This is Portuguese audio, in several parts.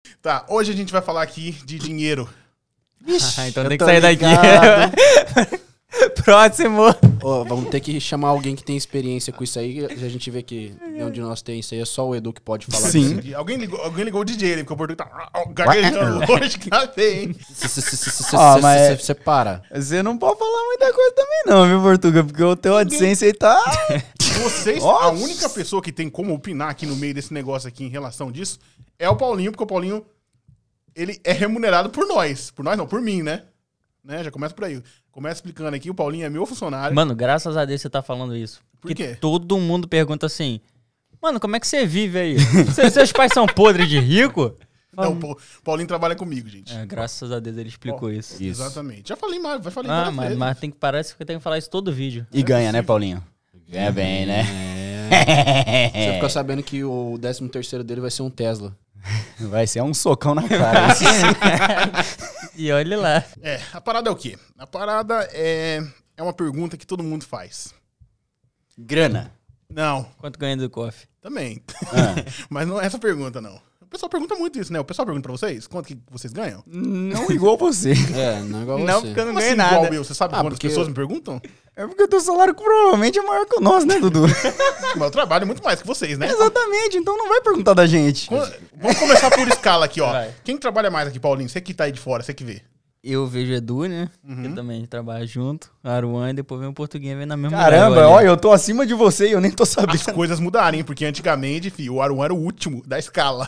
Tá, hoje a gente vai falar aqui de dinheiro. Então tem que sair daqui. Próximo. Ó, vamos ter que chamar alguém que tem experiência com isso aí. A gente vê que nenhum de nós tem isso aí. É só o Edu que pode falar Sim. disso. Alguém ligou o DJ, porque o português tá gaguejando hoje que tá bem. Você para. Você não pode falar muita coisa também não, viu, Portuga? Porque o teu AdSense aí tá... Vocês, a única pessoa que tem como opinar aqui no meio desse negócio aqui em relação disso é o Paulinho, porque o Paulinho, ele é remunerado por nós. Por nós não, por mim, né? Já começa por aí. Começa explicando aqui, o Paulinho é meu funcionário. Mano, graças a Deus você tá falando isso. Por quê? Porque todo mundo pergunta assim, mano, como é que você vive aí? Seus pais são podres de rico? Não, o Paulinho trabalha comigo, gente. Graças a Deus ele explicou isso. Exatamente. Já falei mais, vai falar Ah, várias vezes. mas tem que parar, você tem que falar isso todo vídeo. E ganha, né, Paulinho? Ganha bem, né? Você ficou sabendo que o 13º dele vai ser um Tesla. Vai ser um socão na cara. E olha lá. A parada é o quê? A parada é uma pergunta que todo mundo faz. Grana. Não, Quanto ganha do coffee? também. Mas não é essa pergunta, não. O pessoal pergunta muito isso, né? O pessoal pergunta pra vocês quanto que vocês ganham? Não igual você. Não é igual Não, você. porque eu não Como ganhei assim, nada. igual eu? Você sabe quantas porque pessoas me perguntam? É porque o teu salário provavelmente é maior que o nosso, né, Dudu? Mas eu trabalho muito mais que vocês, né? Exatamente, então não vai perguntar da gente. Vamos começar por escala aqui, ó. Vai. Quem trabalha mais aqui, Paulinho? Você que tá aí de fora, você que vê. Eu vejo Edu, né? Que também trabalha junto. Aruan, e depois vem o Português, vem na mesma Caramba, leva ali. olha, eu tô acima de você e eu nem tô As sabendo. coisas mudaram, hein? Porque antigamente, filho, o Aruan era o último da escala.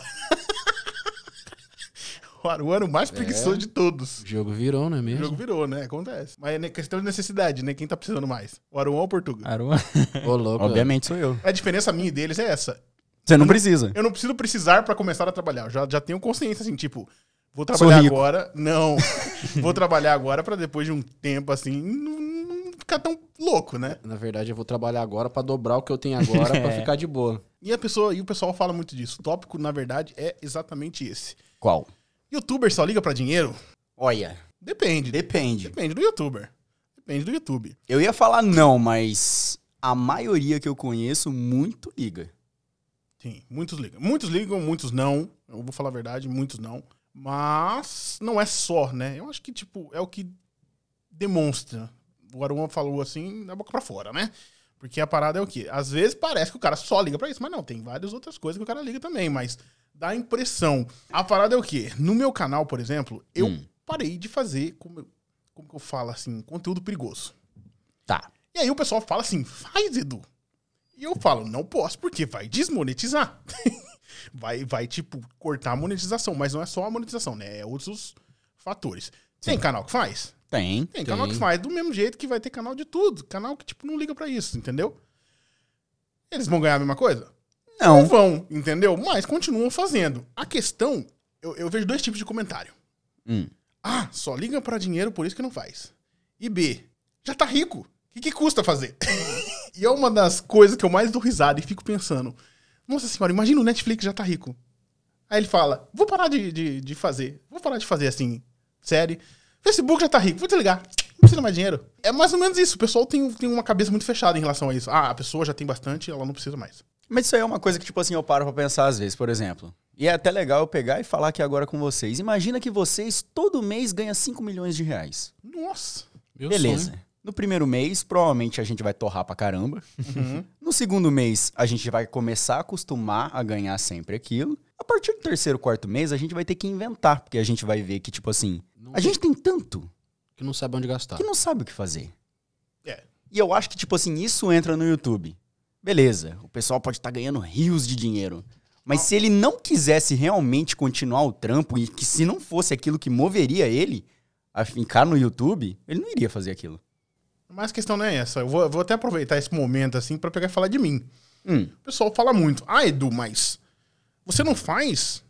O Aruan era o mais preguiçoso de todos. O jogo virou, não é O mesmo? jogo virou, né? Acontece. Mas é questão de necessidade, né? Quem tá precisando mais? O Aruan ou o Portuga? Aruan. Ô, louco. Obviamente sou eu. A diferença minha e deles é essa. Você não precisa. Eu não preciso precisar pra começar a trabalhar. Eu já tenho consciência, assim, tipo... Vou trabalhar rico. agora. Não. Vou trabalhar agora pra depois de um tempo, assim, não ficar tão louco, né? Na verdade, eu vou trabalhar agora pra dobrar o que eu tenho agora pra ficar de boa. E o pessoal fala muito disso. O tópico, na verdade, é exatamente esse. Qual? Youtuber só liga pra dinheiro? Olha, Depende. depende. Depende do youtuber. Depende do YouTube. Eu ia falar não, mas a maioria que eu conheço muito liga. Sim, muitos ligam. Muitos ligam, muitos não. Eu vou falar a verdade, muitos não. Mas não é só, né? Eu acho que, tipo, é o que demonstra. O Aruan falou assim, da boca pra fora, né? Porque a parada é o quê? Às vezes parece que o cara só liga pra isso, mas não, tem várias outras coisas que o cara liga também, mas dá a impressão. A parada é o quê? No meu canal, por exemplo, eu parei de fazer, como que eu falo assim, conteúdo perigoso. Tá. E aí o pessoal fala assim, faz, Edu. E eu falo, não posso, porque vai desmonetizar. vai, tipo, cortar a monetização. Mas não é só a monetização, né? É outros fatores. Tem canal que faz? Tem. Tem canal que faz do mesmo jeito que vai ter canal de tudo. Canal que, tipo, não liga pra isso, entendeu? Eles vão ganhar a mesma coisa? Não Não. vão, entendeu? Mas continuam fazendo. A questão, eu vejo dois tipos de comentário. A, só liga pra dinheiro, por isso que não faz. E B, já tá rico. O que custa fazer? E é uma das coisas que eu mais dou risada e fico pensando. Nossa senhora, imagina o Netflix já tá rico. Aí ele fala, vou parar de fazer. Vou parar de fazer, assim, série. Facebook já tá rico, vou desligar. Não precisa mais dinheiro. É mais ou menos isso. O pessoal tem uma cabeça muito fechada em relação a isso. Ah, a pessoa já tem bastante, ela não precisa mais. Mas isso aí é uma coisa que, tipo assim, eu paro pra pensar às vezes, por exemplo. E é até legal eu pegar e falar aqui agora com vocês. Imagina que vocês todo mês ganham 5 milhões de reais. Nossa. Meu Beleza. sonho. No primeiro mês, provavelmente a gente vai torrar pra caramba. No segundo mês, a gente vai começar a acostumar a ganhar sempre aquilo. A partir do terceiro, quarto mês, a gente vai ter que inventar. Porque a gente vai ver que, tipo assim, a gente tem tanto Que não sabe onde gastar. que não sabe o que fazer. É. E eu acho que, tipo assim, isso entra no YouTube. Beleza, o pessoal pode estar ganhando rios de dinheiro. Mas se ele não quisesse realmente continuar o trampo e que se não fosse aquilo que moveria ele a ficar no YouTube, ele não iria fazer aquilo. Mas a questão não é essa. Eu vou até aproveitar esse momento, assim, pra pegar e falar de mim. O pessoal fala muito. Ah, Edu, mas você não faz...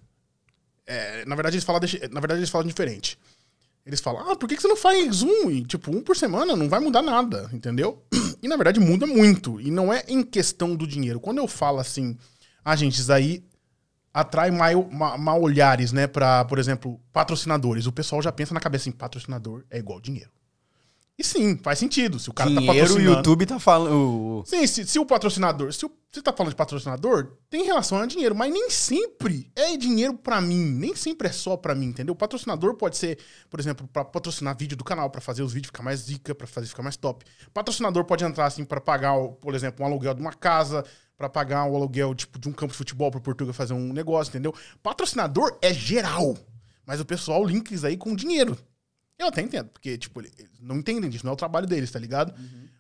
na verdade, eles falam diferente. Eles falam, por que você não faz um? E, tipo, um por semana não vai mudar nada, entendeu? E, na verdade, muda muito. E não é em questão do dinheiro. Quando eu falo assim, gente, isso aí atrai mal olhares, né? Pra, por exemplo, patrocinadores. O pessoal já pensa na cabeça assim, patrocinador é igual dinheiro. E sim, faz sentido. Se o cara tá Dinheiro, o patrocinando... YouTube tá falando... Sim, se o patrocinador... Se você tá falando de patrocinador, tem relação a dinheiro, mas nem sempre é dinheiro pra mim. Nem sempre é só pra mim, entendeu? O patrocinador pode ser, por exemplo, pra patrocinar vídeo do canal, pra fazer os vídeos ficar mais zica, pra fazer ficar mais top. Patrocinador pode entrar, assim, pra pagar, por exemplo, um aluguel de uma casa, pra pagar um aluguel, tipo, de um campo de futebol pro Portugal fazer um negócio, entendeu? Patrocinador é geral, mas o pessoal linka isso aí com dinheiro. Eu até entendo, porque, tipo, eles não entendem disso, não é o trabalho deles, tá ligado?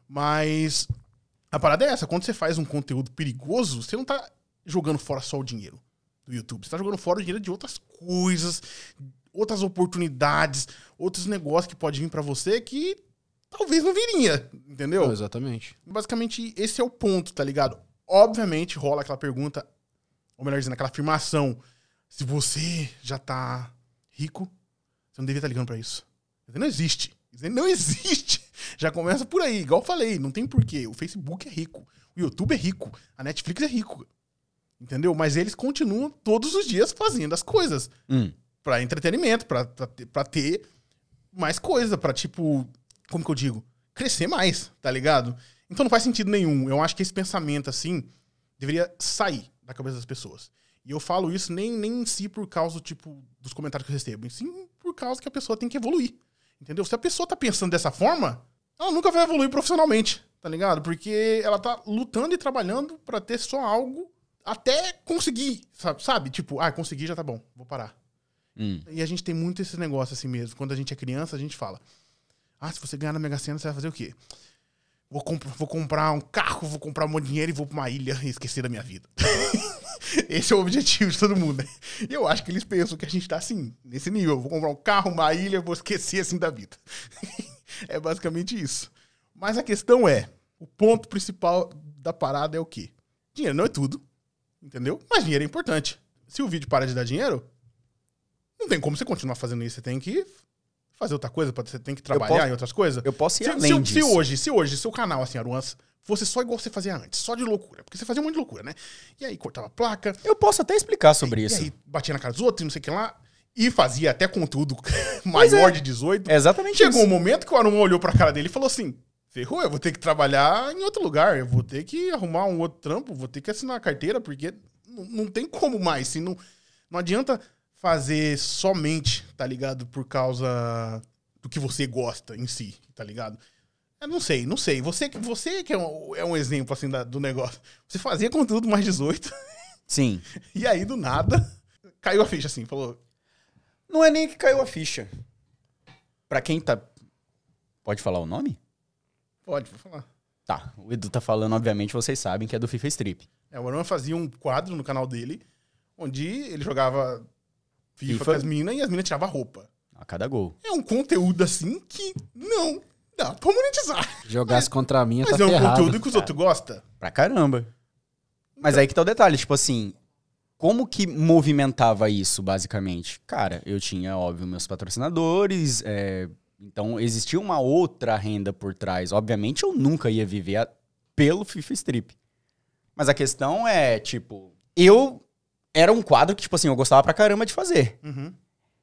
Mas a parada é essa, quando você faz um conteúdo perigoso, você não tá jogando fora só o dinheiro do YouTube, você tá jogando fora o dinheiro de outras coisas, outras oportunidades, outros negócios que podem vir pra você que talvez não viria, entendeu? Não, exatamente. Basicamente, esse é o ponto, tá ligado? Obviamente, rola aquela pergunta, ou melhor dizendo, aquela afirmação, se você já tá rico, você não deveria estar ligando pra isso. Não existe. Isso não existe. Já começa por aí. Igual eu falei, não tem porquê. O Facebook é rico. O YouTube é rico. A Netflix é rico. Entendeu? Mas eles continuam todos os dias fazendo as coisas. Pra entretenimento, pra ter mais coisa. Pra, tipo, como que eu digo? Crescer mais, tá ligado? Então não faz sentido nenhum. Eu acho que esse pensamento, assim, deveria sair da cabeça das pessoas. E eu falo isso nem em si por causa, tipo, dos comentários que eu recebo. Sim por causa que a pessoa tem que evoluir. Entendeu? Se a pessoa tá pensando dessa forma, ela nunca vai evoluir profissionalmente, tá ligado? Porque ela tá lutando e trabalhando pra ter só algo até conseguir, sabe? Tipo, consegui, já tá bom, vou parar. E a gente tem muito esse negócio assim mesmo. Quando a gente é criança, a gente fala, se você ganhar na Mega Sena, você vai fazer o quê? Vou comprar um carro, vou comprar um monte de dinheiro e vou pra uma ilha e esquecer da minha vida. Esse é o objetivo de todo mundo, né? E eu acho que eles pensam que a gente tá assim, nesse nível. Vou comprar um carro, uma ilha, vou esquecer assim da vida. É basicamente isso. Mas a questão é, o ponto principal da parada é o quê? Dinheiro não é tudo, entendeu? Mas dinheiro é importante. Se o vídeo para de dar dinheiro, não tem como você continuar fazendo isso. Você tem que fazer outra coisa, você tem que trabalhar em outras coisas. Eu posso ir além disso. Se hoje, seu canal, assim, Aruans, fosse só igual você fazia antes, só de loucura. Porque você fazia um monte de loucura, né? E aí cortava a placa. Eu posso até explicar sobre isso. E aí batia na cara dos outros e não sei o que lá. E fazia até conteúdo maior de 18. É exatamente Chegou isso. um momento que o Aruan olhou pra cara dele e falou assim, ferrou, eu vou ter que trabalhar em outro lugar. Eu vou ter que arrumar um outro trampo, vou ter que assinar a carteira, porque não tem como mais. Assim, não adianta fazer somente, tá ligado? Por causa do que você gosta em si, tá ligado? Eu não sei. Você que é um exemplo, assim, do negócio. Você fazia conteúdo mais 18. Sim. E aí, do nada, caiu a ficha, assim, falou... Não é nem que caiu a ficha. Pra quem tá... Pode falar o nome? Pode, vou falar. Tá, o Edu tá falando, obviamente, vocês sabem que é do FIFA Strip. O Aruan fazia um quadro no canal dele, onde ele jogava FIFA com as minas e as minas tiravam a roupa. A cada gol. É um conteúdo, assim, que não dá pra monetizar. Jogasse contra mim, tá Mas é um ferrado. conteúdo que os outros gostam. Pra caramba. Mas aí que tá o detalhe, tipo assim... Como que movimentava isso, basicamente? Cara, eu tinha, óbvio, meus patrocinadores, então existia uma outra renda por trás. Obviamente, eu nunca ia viver pelo FIFA Strip. Mas a questão é, tipo, era um quadro que, tipo assim, eu gostava pra caramba de fazer. Uhum.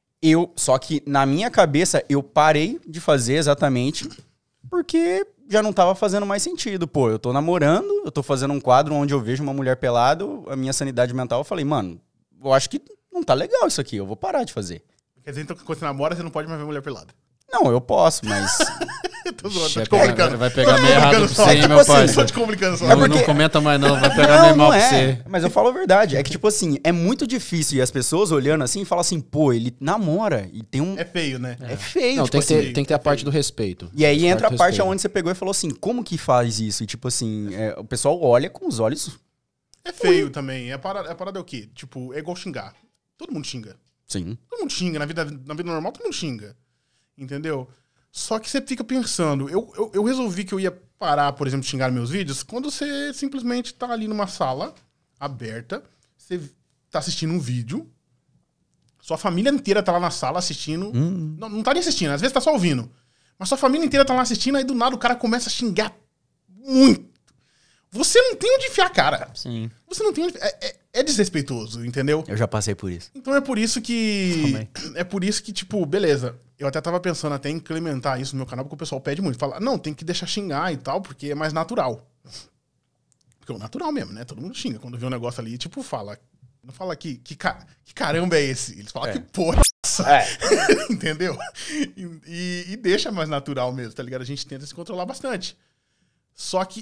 Só que, na minha cabeça, eu parei de fazer exatamente porque já não tava fazendo mais sentido. Pô, eu tô namorando, eu tô fazendo um quadro onde eu vejo uma mulher pelada, a minha sanidade mental, eu falei, mano, eu acho que não tá legal isso aqui, eu vou parar de fazer. Quer dizer, então, que quando você namora, você não pode mais ver mulher pelada. Não, eu posso, mas... Tô zoando, tô te complicando. Vai pegar meio errado pra você, hein, tipo meu assim, Tô parceiro. te complicando só. Não comenta mais não, vai pegar meio mal pra você. Mas eu falo a verdade, é que tipo assim, é muito difícil e as pessoas olhando assim falam assim, pô, ele namora e tem um... É feio, né? É feio, Não, tipo tem, assim... tem que ter a parte do respeito. E aí entra a parte respeito. onde você pegou e falou assim, como que faz isso? E tipo assim, o pessoal olha com os olhos... É feio também. A parada é o quê? Tipo, é igual xingar. Todo mundo xinga. Sim. Todo mundo xinga. Na vida normal, todo mundo xinga. Entendeu? Só que você fica pensando... Eu resolvi que eu ia parar, por exemplo, de xingar meus vídeos quando você simplesmente tá ali numa sala aberta, você tá assistindo um vídeo, sua família inteira tá lá na sala assistindo... Não tá nem assistindo, às vezes tá só ouvindo. Mas sua família inteira tá lá assistindo, aí do nada o cara começa a xingar muito. Você não tem onde enfiar a cara. Sim. Você não tem onde... É desrespeitoso, entendeu? Eu já passei por isso. Então é por isso que... Também. É por isso que, tipo, beleza. Eu até tava pensando até em implementar isso no meu canal, porque o pessoal pede muito. Fala, não, tem que deixar xingar e tal, porque é mais natural. Porque é o natural mesmo, né? Todo mundo xinga. Quando vê um negócio ali, tipo, fala... Não fala que caramba é esse? Eles falam que porra é essa? Entendeu? E deixa mais natural mesmo, tá ligado? A gente tenta se controlar bastante. Só que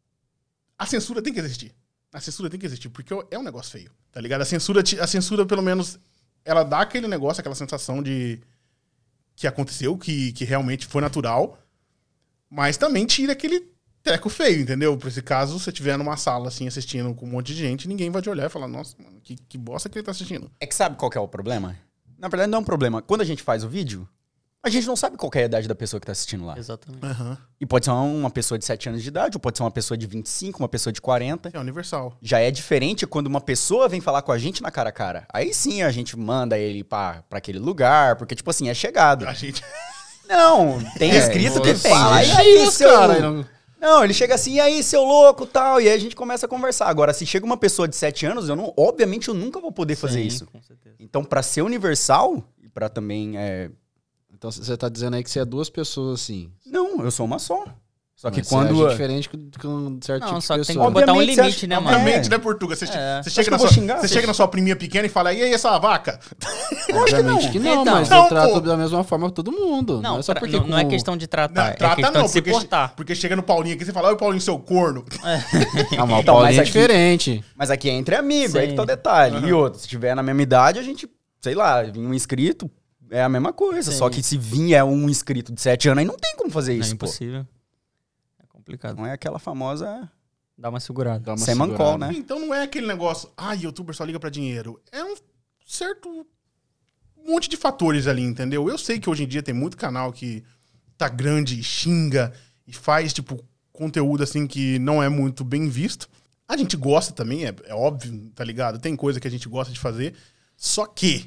a censura tem que existir. A censura tem que existir, porque é um negócio feio, tá ligado? A censura, pelo menos, ela dá aquele negócio, aquela sensação de que aconteceu, que realmente foi natural, mas também tira aquele treco feio, entendeu? Por esse caso, se você estiver numa sala, assim, assistindo com um monte de gente, ninguém vai te olhar e falar, nossa, mano, que bosta que ele tá assistindo. É que sabe qual que é o problema? Na verdade, não é um problema. Quando a gente faz o vídeo, a gente não sabe qual que é a idade da pessoa que tá assistindo lá. Exatamente. Aham. E pode ser uma pessoa de 7 anos de idade, ou pode ser uma pessoa de 25, uma pessoa de 40. É universal. Já é diferente quando uma pessoa vem falar com a gente na cara a cara. Aí sim a gente manda ele pra aquele lugar, porque, tipo assim, é chegado. A gente... Não, tem escrito que você fala. E deixa aí, isso, seu... cara, Não, ele chega assim, e aí, seu louco, tal, e aí a gente começa a conversar. Agora, se chega uma pessoa de 7 anos, obviamente eu nunca vou poder fazer Sim, isso. com certeza. Então, pra ser universal, e pra também... Então você tá dizendo aí que você é duas pessoas assim. Não, eu sou uma só. Só que Mas quando... você age diferente com um certo Não, tipo só de que tem pessoa. que botar um Obviamente, limite, você né, acha- mano? Obviamente, É. né, Portuga? Você É. chega, que eu vou xingar? você chega na sua priminha pequena e fala, e aí, essa vaca? Obviamente que não, Então. mas Não, eu trato pô. da mesma forma com todo mundo. Não, Não, é só porque não é com- questão de tratar, Não, é trata questão não, de se porque, portar. porque chega no Paulinho aqui e você fala, oi, Paulinho, seu corno. Ah, mas o Então, Paulinho mas é aqui- diferente. Mas aqui é entre amigos, Sim. aí que tá o detalhe. E outro, se tiver na mesma idade, a gente, sei lá, vir um inscrito, é a mesma coisa. Sim. Só que se vir um inscrito de 7 anos, aí não tem como fazer É isso, pô. impossível. É complicado. Não é aquela famosa Dá uma segurada. Dá uma sem mancol, segurada. né? Então não é aquele negócio, youtuber só liga pra dinheiro. É um certo monte de fatores ali, entendeu? Eu sei que hoje em dia tem muito canal que tá grande e xinga e faz, tipo, conteúdo assim que não é muito bem visto. A gente gosta também, é óbvio, tá ligado? Tem coisa que a gente gosta de fazer. Só que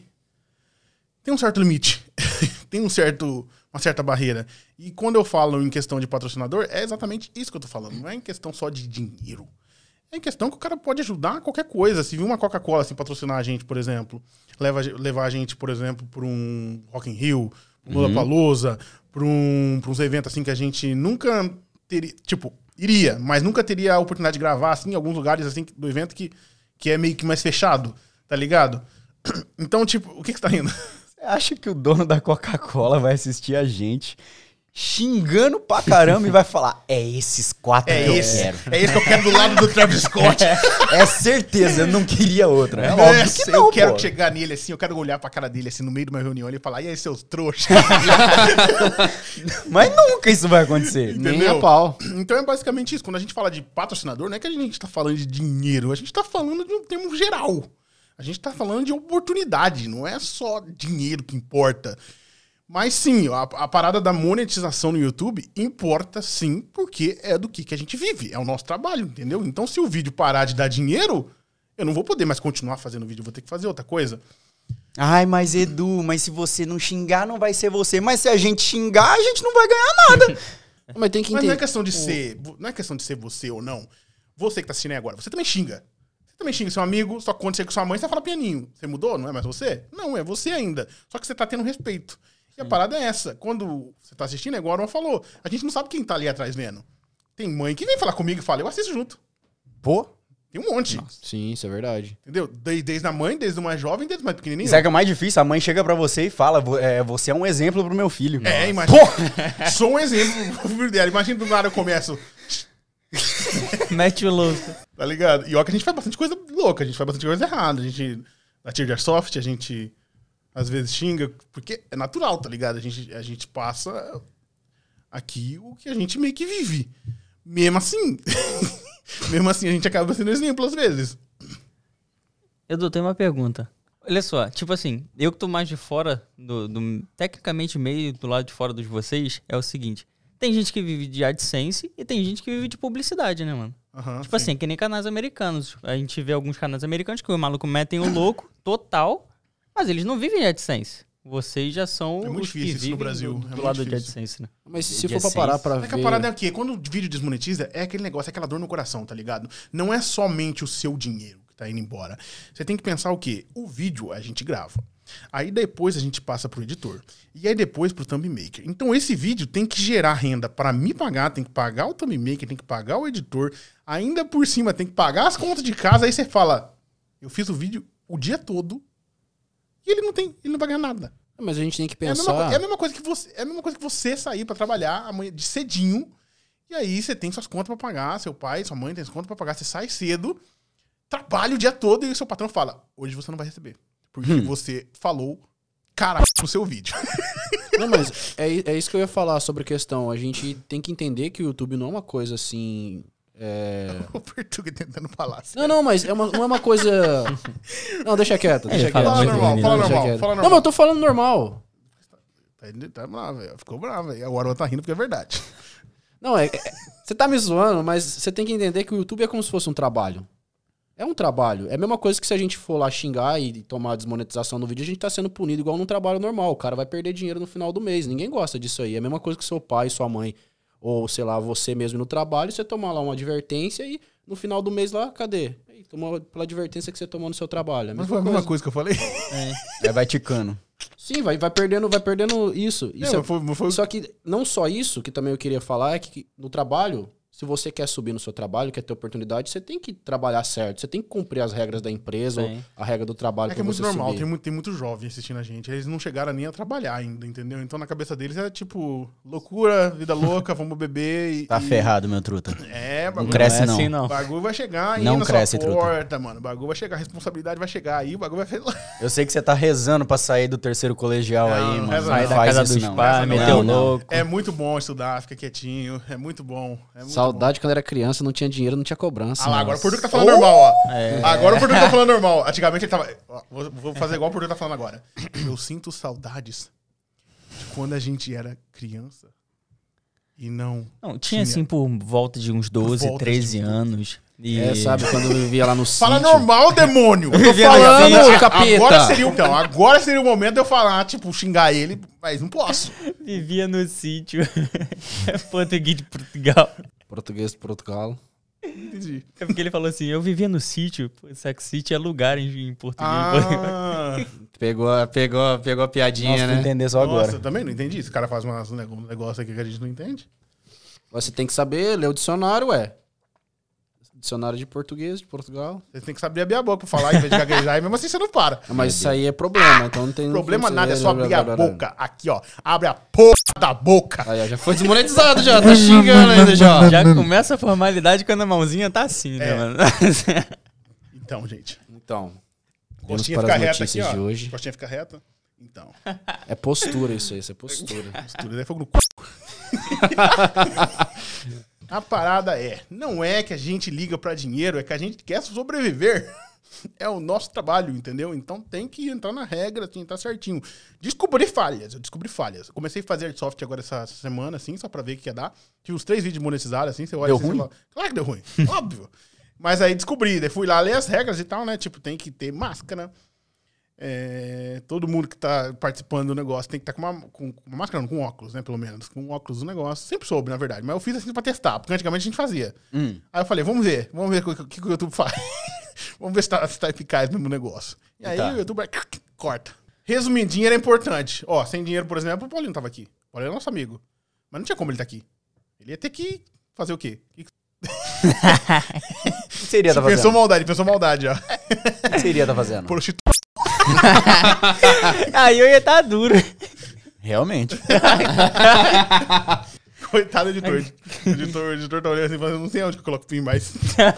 tem um certo limite. Tem uma certa barreira. E quando eu falo em questão de patrocinador, é exatamente isso que eu tô falando. Não é em questão só de dinheiro. É em questão que o cara pode ajudar qualquer coisa. Se vir uma Coca-Cola assim, patrocinar a gente, por exemplo, levar a gente, por exemplo, por um Rock in Rio, um Lollapalooza, por uns eventos assim que a gente nunca teria, tipo, iria, mas nunca teria a oportunidade de gravar assim, em alguns lugares assim do evento que é meio que mais fechado, tá ligado? Então, tipo, o que você tá rindo? Você acha que o dono da Coca-Cola vai assistir a gente xingando pra caramba e vai falar, é esses 4 que eu quero. É esse que eu quero do lado do Travis Scott. É certeza, eu não queria outra. É É, óbvio que não, eu quero pô. chegar nele assim, eu quero olhar pra cara dele assim no meio de uma reunião e falar, e aí, seus trouxas? Mas nunca isso vai acontecer. Nem Entendeu? a pau. Então é basicamente isso. Quando a gente fala de patrocinador, não é que a gente tá falando de dinheiro, a gente tá falando de um termo geral. A gente tá falando de oportunidade, não é só dinheiro que importa. Mas sim, a parada da monetização no YouTube importa sim, porque é do que a gente vive, é o nosso trabalho, entendeu? Então se o vídeo parar de dar dinheiro, eu não vou poder mais continuar fazendo vídeo, eu vou ter que fazer outra coisa. Ai, mas Edu, mas se você não xingar, não vai ser você. Mas se a gente xingar, a gente não vai ganhar nada. Mas tem que Mas não é entender. questão de ser, não é questão de ser você ou não. Você que tá assistindo aí agora, você também xinga. Você também xinga seu amigo, só que quando você com sua mãe, você fala pianinho. Você mudou? Não é mais você? Não, é você ainda. Só que você tá tendo respeito. E a parada é essa. Quando você tá assistindo, é igual a Aron falou. A gente não sabe quem tá ali atrás vendo. Tem mãe que vem falar comigo e fala, eu assisto junto. Pô, Tem um monte. Sim, isso é verdade. Entendeu? Desde a mãe, desde o mais jovem, desde o mais pequenininho. sabe o que é mais difícil? A mãe chega pra você e fala, você é um exemplo pro meu filho. É, imagina. Sou um exemplo pro filho dela. Imagina do nada eu começo, Mete o louco. tá ligado? E ó que a gente faz bastante coisa louca, a gente faz bastante coisa errada. A gente, na Tier de Airsoft, a gente às vezes xinga, porque é natural, tá ligado? A gente passa aqui o que a gente meio que vive. Mesmo assim. Mesmo assim, a gente acaba sendo exemplo às vezes. Edu, tem uma pergunta. Olha só, tipo assim, eu que tô mais de fora, tecnicamente meio do lado de fora dos vocês, é o seguinte. Tem gente que vive de AdSense e tem gente que vive de publicidade, né, mano? Aham, Tipo assim, que nem canais americanos. A gente vê alguns canais americanos que o maluco metem o louco total, mas eles não vivem de AdSense. Vocês já são É muito os que difícil isso no vivem Brasil, do é muito lado de difícil. AdSense, né? Mas se De for pra parar pra É que ver... a parada é o quê? Quando o vídeo desmonetiza, é aquele negócio, é aquela dor no coração, tá ligado? Não é somente o seu dinheiro que tá indo embora. Você tem que pensar o quê? O vídeo a gente grava. Aí depois a gente passa pro editor. E aí depois pro thumb maker. Então esse vídeo tem que gerar renda para me pagar, tem que pagar o thumb maker, tem que pagar o editor. Ainda por cima tem que pagar as contas de casa. Aí você fala, eu fiz o vídeo o dia todo e ele não vai ganhar nada. Mas a gente tem que pensar... É a mesma coisa que você sair pra trabalhar amanhã de cedinho. E aí você tem suas contas pra pagar, seu pai, sua mãe tem suas contas pra pagar. Você sai cedo, trabalha o dia todo e o seu patrão fala, hoje você não vai receber. Porque você falou caralho no seu vídeo. Não, mas é isso que eu ia falar sobre a questão. A gente tem que entender que o YouTube não é uma coisa assim... O Portuga tentando falar. Não, mas não é uma coisa... Não, deixa quieto. Fala normal. Não, mas eu tô falando normal. Tá bravo, velho. Ficou bravo, velho. Agora eu tá rindo porque é verdade. Não, você tá me zoando, mas você tem que entender que o YouTube é como se fosse um trabalho. É um trabalho. É a mesma coisa que se a gente for lá xingar e tomar a desmonetização no vídeo, a gente tá sendo punido igual num trabalho normal. O cara vai perder dinheiro no final do mês. Ninguém gosta disso aí. É a mesma coisa que seu pai, sua mãe, ou sei lá, você mesmo no trabalho, você tomar lá uma advertência e no final do mês lá, cadê? Tomou pela advertência que você tomou no seu trabalho. Mas foi a mesma coisa que eu falei? Aí vai ticando. Sim, vai perdendo isso. Só que não só isso, que também eu queria falar, é que no trabalho, se você quer subir no seu trabalho, quer ter oportunidade, você tem que trabalhar certo. Você tem que cumprir as regras da empresa ou a regra do trabalho. É que é muito normal, tem muito jovem assistindo a gente. Eles não chegaram nem a trabalhar ainda, entendeu? Então na cabeça deles é tipo, loucura, vida louca, vamos beber e... Tá ferrado, meu truta. Bagulho não cresce, não. É assim, não. O bagulho vai chegar aí não na cresce, sua porta, mano. O bagulho vai chegar, a responsabilidade vai chegar aí, o bagulho vai... Eu sei que você tá rezando pra sair do terceiro colegial aí, mano. Sair da casa dos pais, meter o louco. É muito bom estudar, fica quietinho. É muito bom. Saudade quando era criança, não tinha dinheiro, não tinha cobrança. Ah lá, agora o Portuga tá falando normal, ó. Agora o Portuga tá falando normal. Antigamente ele tava... Vou fazer igual o Portuga tá falando agora. Eu sinto saudades de quando a gente era criança e não tinha assim por volta de uns 12, 13 anos. E... sabe, quando eu vivia lá no sítio. Fala normal, demônio! Eu tô falando, capeta! Agora seria o momento de eu falar, tipo, xingar ele, mas não posso. Vivia no sítio. Português de Portugal. Português de Portugal. Entendi. É porque ele falou assim, eu vivia no sítio. Sex City é lugar em português. Pegou a piadinha, Nossa, né? entender só agora. Nossa, eu também não entendi. Esse cara faz um negócio aqui que a gente não entende. Você tem que saber ler o dicionário, Dicionário de português de Portugal. Você tem que saber abrir a boca pra falar em vez de gaguejar, e mesmo assim você não para. Mas isso aí é problema, então não tem... Problema nada, é só abrir a boca. Aqui, ó. Abre a porra da boca. Aí, já foi desmonetizado já, tá xingando ainda já. Já começa a formalidade quando a mãozinha tá assim, né, mano? Então, gente. Então, Costinha para fica as reta notícias aqui, de ó. hoje. Costinha fica reta. Então. É postura isso aí, isso é postura. Postura, daí fogo no cu. A parada não é que a gente liga pra dinheiro, é que a gente quer sobreviver. É o nosso trabalho, entendeu? Então tem que entrar na regra, tem que estar certinho. Eu descobri falhas. Comecei a fazer Airsoft agora essa semana, assim, só pra ver o que ia dar. Tive uns 3 vídeos monetizados, assim, você olha deu assim, ruim? Você fala, claro que deu ruim, óbvio. Mas aí descobri, daí fui lá ler as regras e tal, né? Tipo, tem que ter máscara. Todo mundo que tá participando do negócio tem que estar com uma máscara, não, com óculos, né? Pelo menos. Com óculos do negócio. Sempre soube, na verdade. Mas eu fiz assim pra testar, porque antigamente a gente fazia. Aí eu falei, vamos ver o que o YouTube faz. Vamos ver se tá eficaz mesmo o negócio. E aí o YouTube corta. Resumindo, dinheiro é importante. Ó, sem dinheiro, por exemplo, o Paulinho tava aqui. O Paulinho é nosso amigo. Mas não tinha como ele tá aqui. Ele ia ter que fazer o quê? O que seria tá fazendo? Pensou maldade, ó. O que seria tá fazendo? Aí eu ia estar duro. Realmente. Coitado do editor. O editor tá olhando assim, falando, não sei onde que eu coloco o pin mais.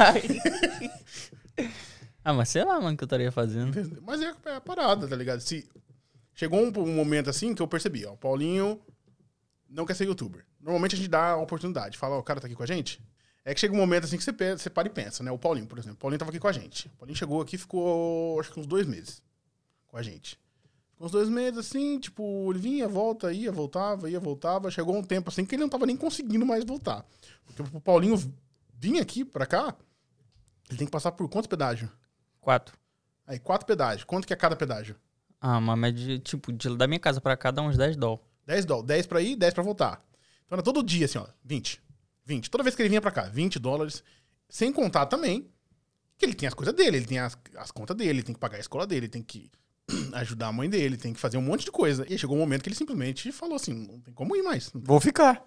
Mas sei lá, mano, o que eu estaria fazendo. Mas é a parada, tá ligado? Chegou um momento assim que eu percebi, ó, o Paulinho não quer ser youtuber. Normalmente a gente dá a oportunidade, fala, ó, o cara tá aqui com a gente. É que chega um momento assim que você para e pensa, né? O Paulinho, por exemplo. O Paulinho tava aqui com a gente. O Paulinho chegou aqui e ficou, acho que uns 2 meses com a gente. Ficou uns 2 meses assim, tipo, ele vinha, voltava. Chegou um tempo assim que ele não tava nem conseguindo mais voltar. Porque o Paulinho vir aqui pra cá, ele tem que passar por quantos pedágios? 4. Aí, 4 pedágios. Quanto que é cada pedágio? Uma média, tipo, da minha casa pra cá dá uns $10. 10 dólares. 10 pra ir, 10 pra voltar. Então era todo dia, assim, ó, 20. Toda vez que ele vinha pra cá, $20. Sem contar também que ele tem as coisas dele, ele tem as contas dele, ele tem que pagar a escola dele, tem que ajudar a mãe dele, tem que fazer um monte de coisa. E aí chegou um momento que ele simplesmente falou assim, não tem como ir mais. Vou ficar.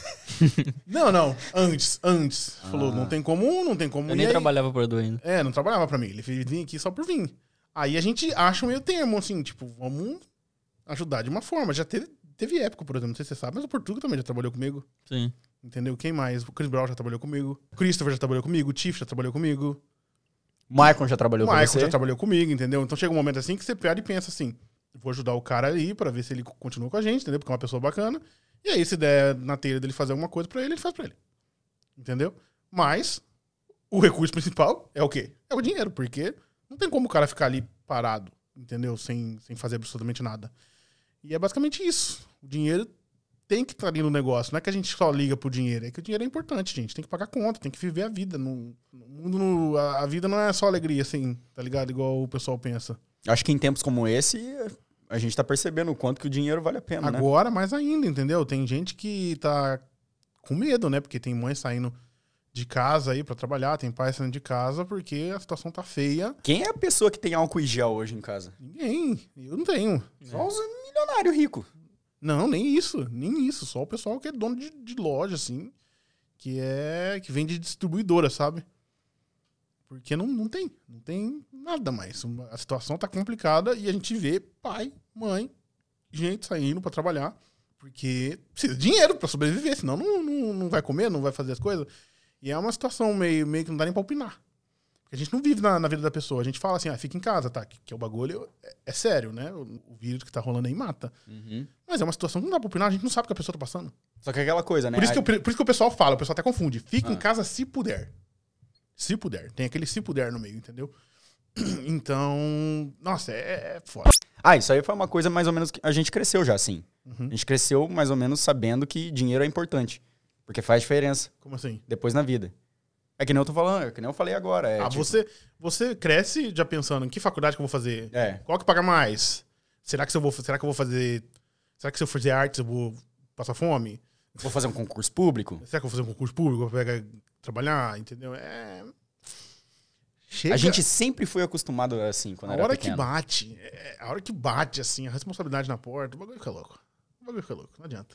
Não, antes. Falou, não tem como Eu ir. nem Aí- trabalhava pro Edu ainda. não trabalhava pra mim. Ele vinha aqui só por vir. Aí a gente acha um meio termo, assim, tipo, vamos ajudar de uma forma. Já teve época, por exemplo, não sei se você sabe, mas o Portuga também já trabalhou comigo. Sim. Entendeu? Quem mais? O Chris Brown já trabalhou comigo. O Christopher já trabalhou comigo. O Tiff já trabalhou comigo. O Maicon já trabalhou O com Michael você? já trabalhou comigo, entendeu? Então chega um momento assim que você pega e pensa assim, vou ajudar o cara aí pra ver se ele continua com a gente, entendeu? Porque é uma pessoa bacana. E aí, se der na telha dele fazer alguma coisa pra ele faz pra ele. Entendeu? Mas o recurso principal é o quê? É o dinheiro, porque não tem como o cara ficar ali parado, entendeu? Sem fazer absolutamente nada. E é basicamente isso. O dinheiro tem que estar ali no negócio. Não é que a gente só liga pro dinheiro. É que o dinheiro é importante, gente. Tem que pagar conta, tem que viver a vida. No mundo, a vida não é só alegria, assim, tá ligado? Igual o pessoal pensa. Acho que em tempos como esse, a gente tá percebendo o quanto que o dinheiro vale a pena, né? Agora, mais ainda, entendeu? Tem gente que tá com medo, né? Porque tem mãe saindo de casa aí pra trabalhar, tem pai saindo de casa porque a situação tá feia. Quem é a pessoa que tem álcool em gel hoje em casa? Ninguém. Eu não tenho. Só os milionários ricos. Não, nem isso. Nem isso. Só o pessoal que é dono de loja, assim. Que vende distribuidora, sabe? Porque não tem. Não tem nada mais. A situação tá complicada e a gente vê pai, mãe, gente saindo pra trabalhar. Porque precisa de dinheiro pra sobreviver. Senão não vai comer, não vai fazer as coisas. E é uma situação meio que não dá nem pra opinar. Porque a gente não vive na vida da pessoa. A gente fala assim, fica em casa, tá? Que o bagulho é sério, né? O vírus que tá rolando aí mata. Mas é uma situação que não dá pra opinar, a gente não sabe o que a pessoa tá passando. Só que é aquela coisa, né? Por isso que o pessoal fala, o pessoal até confunde. Fica em casa se puder. Se puder. Tem aquele se puder no meio, entendeu? Então, nossa, é foda. Isso aí foi uma coisa mais ou menos que a gente cresceu já, assim. A gente cresceu mais ou menos sabendo que dinheiro é importante. Porque faz diferença Como assim? depois na vida. É que nem eu tô falando, é que nem eu falei agora. Tipo, você cresce já pensando em que faculdade que eu vou fazer? É. Qual que paga mais? Será que eu vou fazer... Será que se eu fazer artes eu vou passar fome? vou fazer um concurso público. Será que eu vou fazer um concurso público? Vou trabalhar, entendeu? Chega... A gente sempre foi acostumado assim, quando era pequeno. A hora que bate, assim, a responsabilidade na porta, o bagulho fica louco. Não adianta.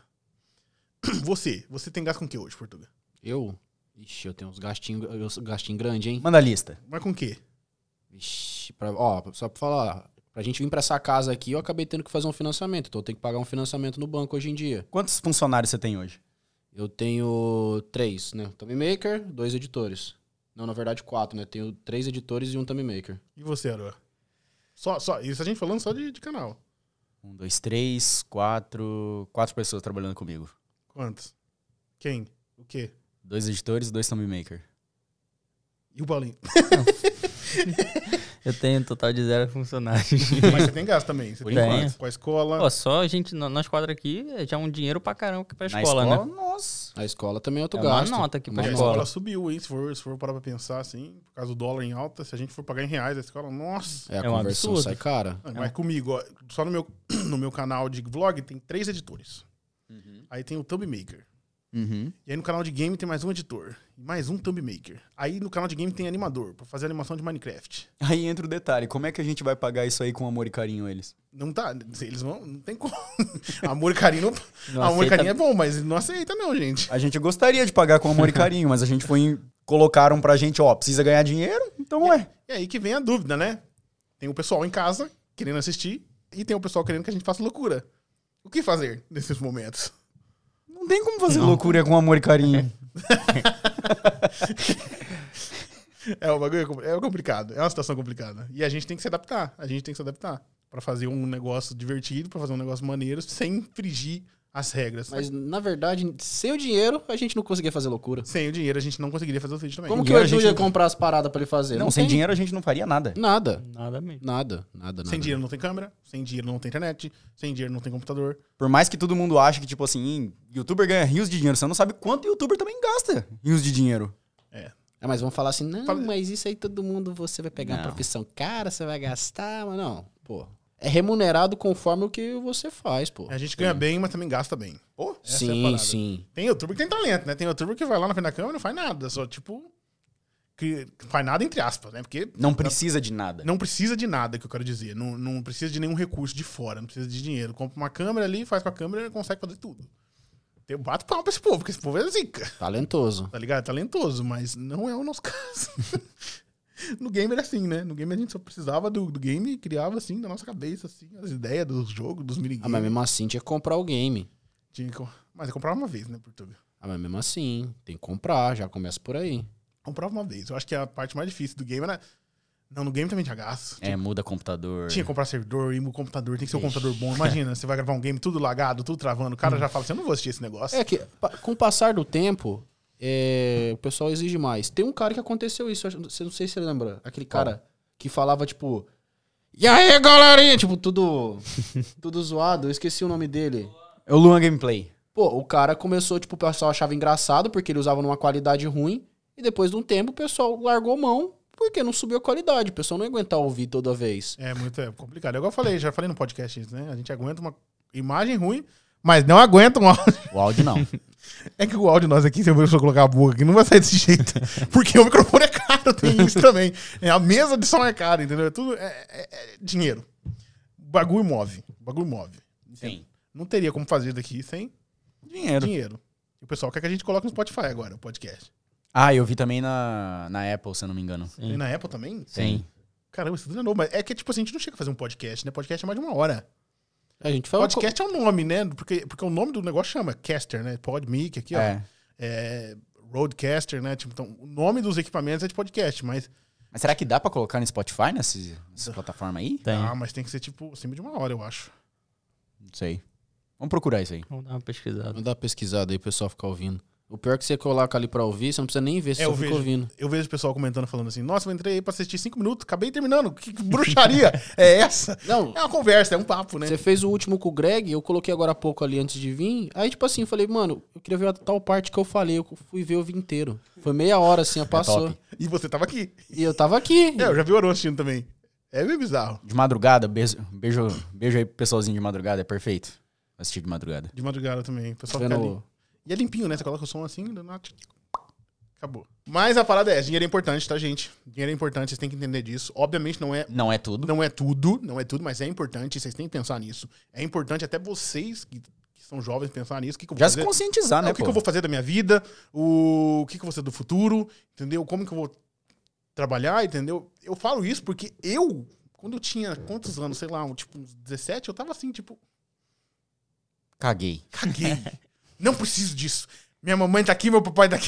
Você tem gasto com o que hoje, Portuga? Ixi, eu tenho uns gastinhos grandes, hein? Manda a lista. Mas com o quê? Ixi, só pra falar, pra gente vir pra essa casa aqui, eu acabei tendo que fazer um financiamento. Então eu tenho que pagar um financiamento no banco hoje em dia. Quantos funcionários você tem hoje? Eu tenho 3, né? Thumb Maker, 2 editores. Não, na verdade 4, né? Tenho 3 editores e um Thumb Maker. E você, Aroa? Só, isso a gente falando só de canal. 1, 2, 3, 4 pessoas trabalhando comigo. Quantos? Quem? O quê? 2 editores e 2 Thumb Maker. E o Paulinho? Eu tenho um total de 0 funcionários. Mas você tem gasto também. Você Por tem enquanto. gasto com a escola. Pô, só a gente, nós quatro aqui, já é um dinheiro pra caramba pra Na escola, né? Nossa. A escola também é outro É uma gasto. nota aqui pra A escola. escola subiu, hein? Se for parar pra pensar assim, por causa do dólar em alta, se a gente for pagar em reais, a escola, nossa. A É um conversão absurdo. sai cara. Mas comigo, ó, só no meu canal de vlog tem 3 editores. Aí tem o Thumb Maker. Uhum. E aí no canal de game tem mais um editor. E mais um Thumb Maker. Aí no canal de game tem animador, pra fazer animação de Minecraft. Aí entra o detalhe, como é que a gente vai pagar isso aí com amor e carinho eles? Não tá, eles não tem como. Amor e carinho Não amor e aceita- carinho é bom, mas não aceita não, gente. A gente gostaria de pagar com amor e carinho, mas a gente colocaram pra gente, precisa ganhar dinheiro, então E aí que vem a dúvida, né? Tem o pessoal em casa querendo assistir e tem o pessoal querendo que a gente faça loucura. O que fazer nesses momentos? Não tem como fazer loucura com amor e carinho. O bagulho é complicado, é uma situação complicada. E a gente tem que se adaptar, pra fazer um negócio divertido, pra fazer um negócio maneiro, sem infringir as regras. Mas, na verdade, sem o dinheiro, a gente não conseguia fazer loucura. Sem o dinheiro a gente não conseguiria fazer o vídeo também. Como que dinheiro o a Edu gente ia não- comprar as paradas pra ele fazer? Não, sem tem. dinheiro a gente não faria nada. Nada. Nada mesmo. Nada. Sem dinheiro não tem câmera, sem dinheiro não tem internet, sem dinheiro não tem computador. Por mais que todo mundo ache que, tipo assim, youtuber ganha rios de dinheiro, você não sabe quanto youtuber também gasta rios de dinheiro. Mas vamos falar assim, não, Fala- mas isso aí todo mundo, você vai pegar uma Não. profissão cara, você vai gastar, mas não, pô. É remunerado conforme o que você faz, pô. A gente ganha bem, mas também gasta bem. Pô, essa é a Sim, parada. sim. Tem youtuber que tem talento, né? Tem youtuber que vai lá na frente da câmera e não faz nada, só tipo... faz nada entre aspas, né? Porque Não precisa de nada. não precisa de nada, que eu quero dizer. Não precisa de nenhum recurso de fora, não precisa de dinheiro. Compra uma câmera ali, faz com a câmera e consegue fazer tudo. Eu bato palma pra esse povo, porque esse povo é zica. Talentoso. Tá ligado? É talentoso, mas não é o nosso caso. No game era assim, né? No game a gente só precisava do game e criava assim, na nossa cabeça, assim, as ideias dos jogos, dos minigames. Ah, mas mesmo assim tinha que comprar o game. Mas eu comprava uma vez, né, Portugal? Ah, mas mesmo assim, tem que comprar, já começa por aí. Comprava uma vez. Eu acho que a parte mais difícil do game era... Não, no game também tinha gasto. Muda computador. Tinha que comprar servidor, e o computador tem que ser um computador bom. Imagina, você vai gravar um game tudo lagado, tudo travando. O cara já fala assim, eu não vou assistir esse negócio. É que, com o passar do tempo, o pessoal exige mais. Tem um cara que aconteceu isso, você não sei se você lembra. Aquele cara que falava, tipo... E aí, galerinha? Tipo, tudo zoado. Eu esqueci o nome dele. É o Luan Gameplay. Pô, o cara começou, tipo, o pessoal achava engraçado porque ele usava numa qualidade ruim. E depois de um tempo, o pessoal largou mão porque não subiu a qualidade. O pessoal não ia aguentar ouvir toda vez. É muito complicado. Igual eu falei, já falei no podcast isso, né? A gente aguenta uma imagem ruim, mas não aguenta um áudio. O áudio não. É que o áudio nós aqui, se eu colocar a boca aqui, não vai sair desse jeito. Porque o microfone é caro, tem isso também. A mesa de som é cara, entendeu? Tudo é dinheiro. O bagulho move. Sim. Não teria como fazer daqui sem dinheiro. E o pessoal quer que a gente coloque no Spotify agora, o podcast. Ah, eu vi também na Apple, se eu não me engano. E na Apple também? Sim. Caramba, isso tudo é novo. Mas é que, tipo assim, a gente não chega a fazer um podcast, né? Podcast é mais de uma hora. A gente fala... Podcast é o nome, né? Porque o nome do negócio chama Caster, né? Podmic aqui, ó. Roadcaster, né? Tipo, então, o nome dos equipamentos é de podcast, mas... Mas será que dá pra colocar no Spotify, nessa plataforma aí? Tem. Ah, mas tem que ser, tipo, acima de uma hora, eu acho. Não sei. Vamos procurar isso aí. Vamos dar uma pesquisada. Vamos dar uma pesquisada aí, o pessoal ficar ouvindo. O pior é que você coloca ali pra ouvir, você não precisa nem ver, você só fica ouvindo. Eu vejo o pessoal comentando, falando assim, nossa, eu entrei aí pra assistir 5 minutos, acabei terminando, que bruxaria é essa? Não, É uma conversa, é um papo, né? você fez o último com o Greg, eu coloquei agora há pouco ali antes de vir. Aí, tipo assim, eu falei, mano, eu queria ver a tal parte que eu falei. Eu fui ver, eu vi inteiro. Foi meia hora, assim, passou. top. E você tava aqui. E eu tava aqui. Eu já vi o Aron assistindo também. É meio bizarro. De madrugada, beijo aí pro pessoalzinho de madrugada, é perfeito. Assistir de madrugada. De madrugada também. O pessoal Vendo- fica ali. E é limpinho, né? Você coloca o som assim, acabou. Mas a parada é, dinheiro é importante, tá, gente? Dinheiro é importante, vocês têm que entender disso. Obviamente não é Não é tudo. Não é tudo, mas é importante, vocês têm que pensar nisso. É importante até vocês que são jovens pensar nisso. O que eu vou Já fazer? se conscientizar, né, O que eu vou fazer da minha vida? O que eu vou fazer do futuro? Entendeu? Como que eu vou trabalhar, entendeu? Eu falo isso porque quando eu tinha quantos anos, sei lá, tipo uns 17, eu tava assim, tipo, Caguei. caguei. Não preciso disso. Minha mamãe tá aqui, meu papai tá aqui.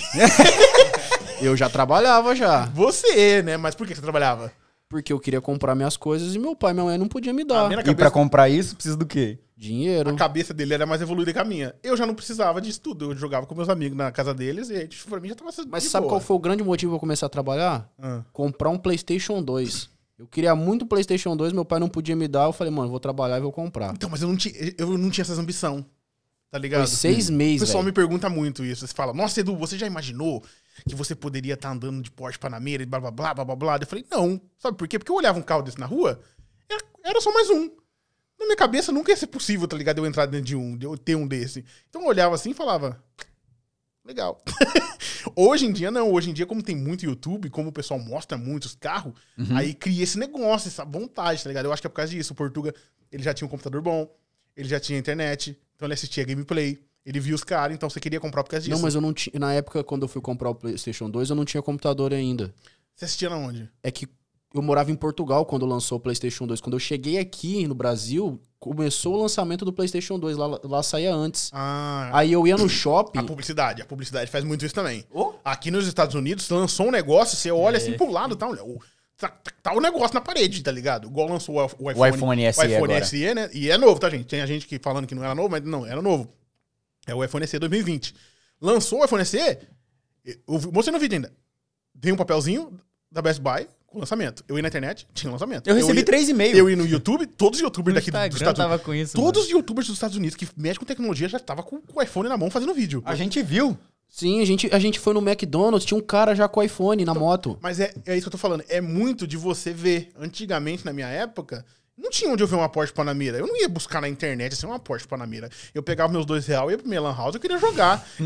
Eu já trabalhava já. Você, né? Mas por que você trabalhava? Porque eu queria comprar minhas coisas e meu pai e minha mãe não podiam me dar. minha E pra comprar isso, precisa do quê? Dinheiro. A cabeça dele era mais evoluída que a minha. Eu já não precisava disso tudo. Eu jogava com meus amigos na casa deles e pra mim já tava Mas de sabe boa. qual foi o grande motivo pra eu começar a trabalhar? Comprar um PlayStation 2. Eu queria muito o PlayStation 2, meu pai não podia me dar. Eu falei, mano, vou trabalhar e vou comprar. Então, mas eu não tinha essas ambição. Tá ligado? Foi 6 O meses, pessoal velho. me pergunta muito isso. Você fala, nossa, Edu, você já imaginou que você poderia estar andando de Porsche Panamera e blá, blá, blá, blá, blá, blá? Eu falei, não. Sabe por quê? Porque eu olhava um carro desse na rua, era só mais um. Na minha cabeça nunca ia ser possível, tá ligado? Eu entrar dentro de eu ter um desse. Então eu olhava assim e falava, legal. Hoje em dia, não. Hoje em dia, como tem muito YouTube, como o pessoal mostra muitos carros, aí cria esse negócio, essa vontade, tá ligado? Eu acho que é por causa disso. O Portuga, ele já tinha um computador bom, ele já tinha internet, então ele assistia gameplay, ele via os caras, então você queria comprar por causa disso. Não, mas eu não tinha. Na época, quando eu fui comprar o PlayStation 2, eu não tinha computador ainda. Você assistia na onde? É que eu morava em Portugal quando lançou o PlayStation 2. Quando eu cheguei aqui no Brasil, começou o lançamento do PlayStation 2. Lá saía antes. Ah, Aí eu ia no shopping. a publicidade faz muito isso também. Aqui nos Estados Unidos, lançou um negócio, você olha assim pro lado, tá o negócio na parede, tá ligado? Igual lançou o iPhone. O iPhone SE o iPhone agora. SE, né? E é novo, tá, gente? Tem a gente que falando que não era novo, mas não, era novo. É o iPhone SE 2020. Lançou o iPhone SE, eu mostrei no vídeo ainda. Veio um papelzinho da Best Buy com lançamento. Eu ia na internet, tinha lançamento. Eu recebi ia, 3,5. Eu ia no YouTube, todos os youtubers No daqui dos Instagram Estados Unidos. tava com isso. Todos os youtubers dos Estados Unidos que mexem com tecnologia já tava com o iPhone na mão fazendo vídeo. A gente viu. Sim, a gente foi no McDonald's, tinha um cara já com iPhone na moto. Mas é isso que eu tô falando. É muito de você ver. Antigamente, na minha época, Não tinha onde eu ver uma Porsche Panamera. Eu não ia buscar na internet assim uma Porsche Panamera. Eu pegava meus R$2, ia pra minha lan house, eu queria jogar. Eu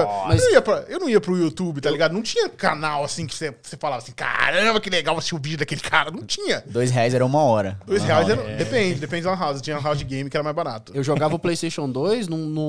não ia pro YouTube, tá ligado? Não tinha canal assim que você falava assim, caramba, que legal assistir o vídeo daquele cara. Não tinha. R$2 era 1 hora. R$2 era... Depende da lan house. Tinha lan house de game que era mais barato. Eu jogava o PlayStation 2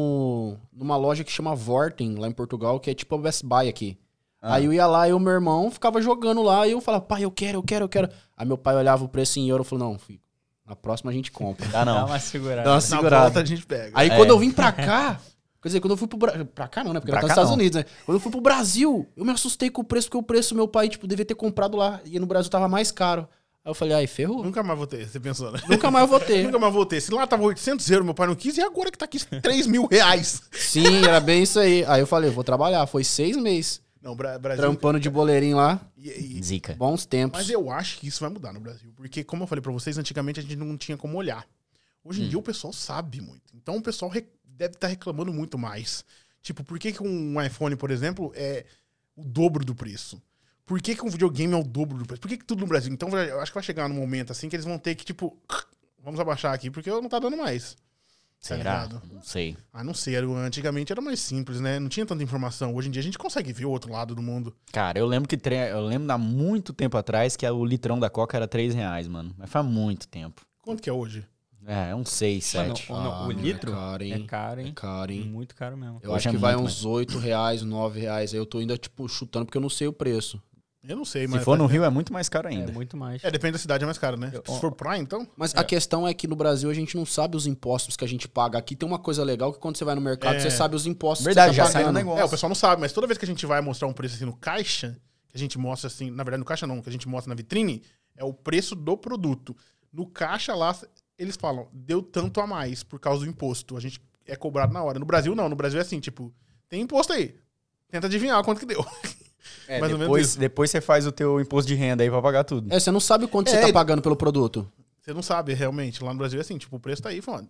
numa loja que chama Vorten, lá em Portugal, que é tipo a Best Buy aqui. Aí eu ia lá e o meu irmão ficava jogando lá e eu falava, pai, eu quero. Aí meu pai olhava o preço em euro e falou, não, filho, na próxima a gente compra. Ah, não. Dá uma segurada. Dá uma Na segurada. volta a gente pega. Aí quando eu vim pra cá, quer dizer, quando eu fui pro Brasil... Pra cá não, né? Porque Pra era nos cá Estados não. Unidos, né? Quando eu fui pro Brasil, eu me assustei com o preço, porque o preço meu pai, tipo, devia ter comprado lá. E no Brasil tava mais caro. Aí eu falei, ai, ferrou. Nunca mais vou ter, você pensou, né? Nunca mais eu vou ter. Nunca mais vou ter. Se lá tava €800, meu pai não quis, e agora que tá aqui R$3.000? Sim, era bem isso aí. Aí eu falei, vou trabalhar. Foi 6 meses. Não, Brasil... Trampando de boleirinho lá. Zica. Bons tempos. Mas eu acho que isso vai mudar no Brasil. Porque, como eu falei pra vocês, antigamente a gente não tinha como olhar. Hoje em dia o pessoal sabe muito. Então o pessoal deve estar reclamando muito mais. Tipo, por que um iPhone, por exemplo, é o dobro do preço? Por que um videogame é o dobro do preço? Por que tudo no Brasil? Então eu acho que vai chegar num momento assim que eles vão ter que, tipo, vamos abaixar aqui porque não tá dando mais. Tá Será? ligado? Não sei. Ah, não sei. Antigamente era mais simples, né? Não tinha tanta informação. Hoje em dia a gente consegue ver o outro lado do mundo. Cara, eu lembro há muito tempo atrás que o litrão da Coca era R$3, mano. Mas faz muito tempo. Quanto que é hoje? É uns 6, 7. O litro é caro, hein? é caro, hein? É caro, hein? Muito caro mesmo. Eu Hoje acho é que vai muito uns R$8, R$9. Aí eu tô ainda, tipo, chutando porque eu não sei o preço. Eu não sei, Se mas... for no Rio é muito mais caro É ainda. muito mais. Depende da cidade, é mais caro, né? Se for praia, então... Mas a questão é que no Brasil a gente não sabe os impostos que a gente paga. Aqui tem uma coisa legal que quando você vai no mercado, você sabe os impostos Verdade, que já você tá sai no pagando. negócio. O pessoal não sabe, mas toda vez que a gente vai mostrar um preço assim no caixa, que a gente mostra assim, na verdade no caixa não, que a gente mostra na vitrine, é o preço do produto. No caixa lá, eles falam, deu tanto a mais por causa do imposto. A gente é cobrado na hora. No Brasil não, no Brasil é assim, tipo, tem imposto aí. Tenta adivinhar quanto que deu. Mais ou menos isso. Depois você faz o teu imposto de renda aí pra pagar tudo. Você não sabe quanto você tá pagando pelo produto. Você não sabe realmente. Lá no Brasil é assim, tipo, o preço tá aí, falando.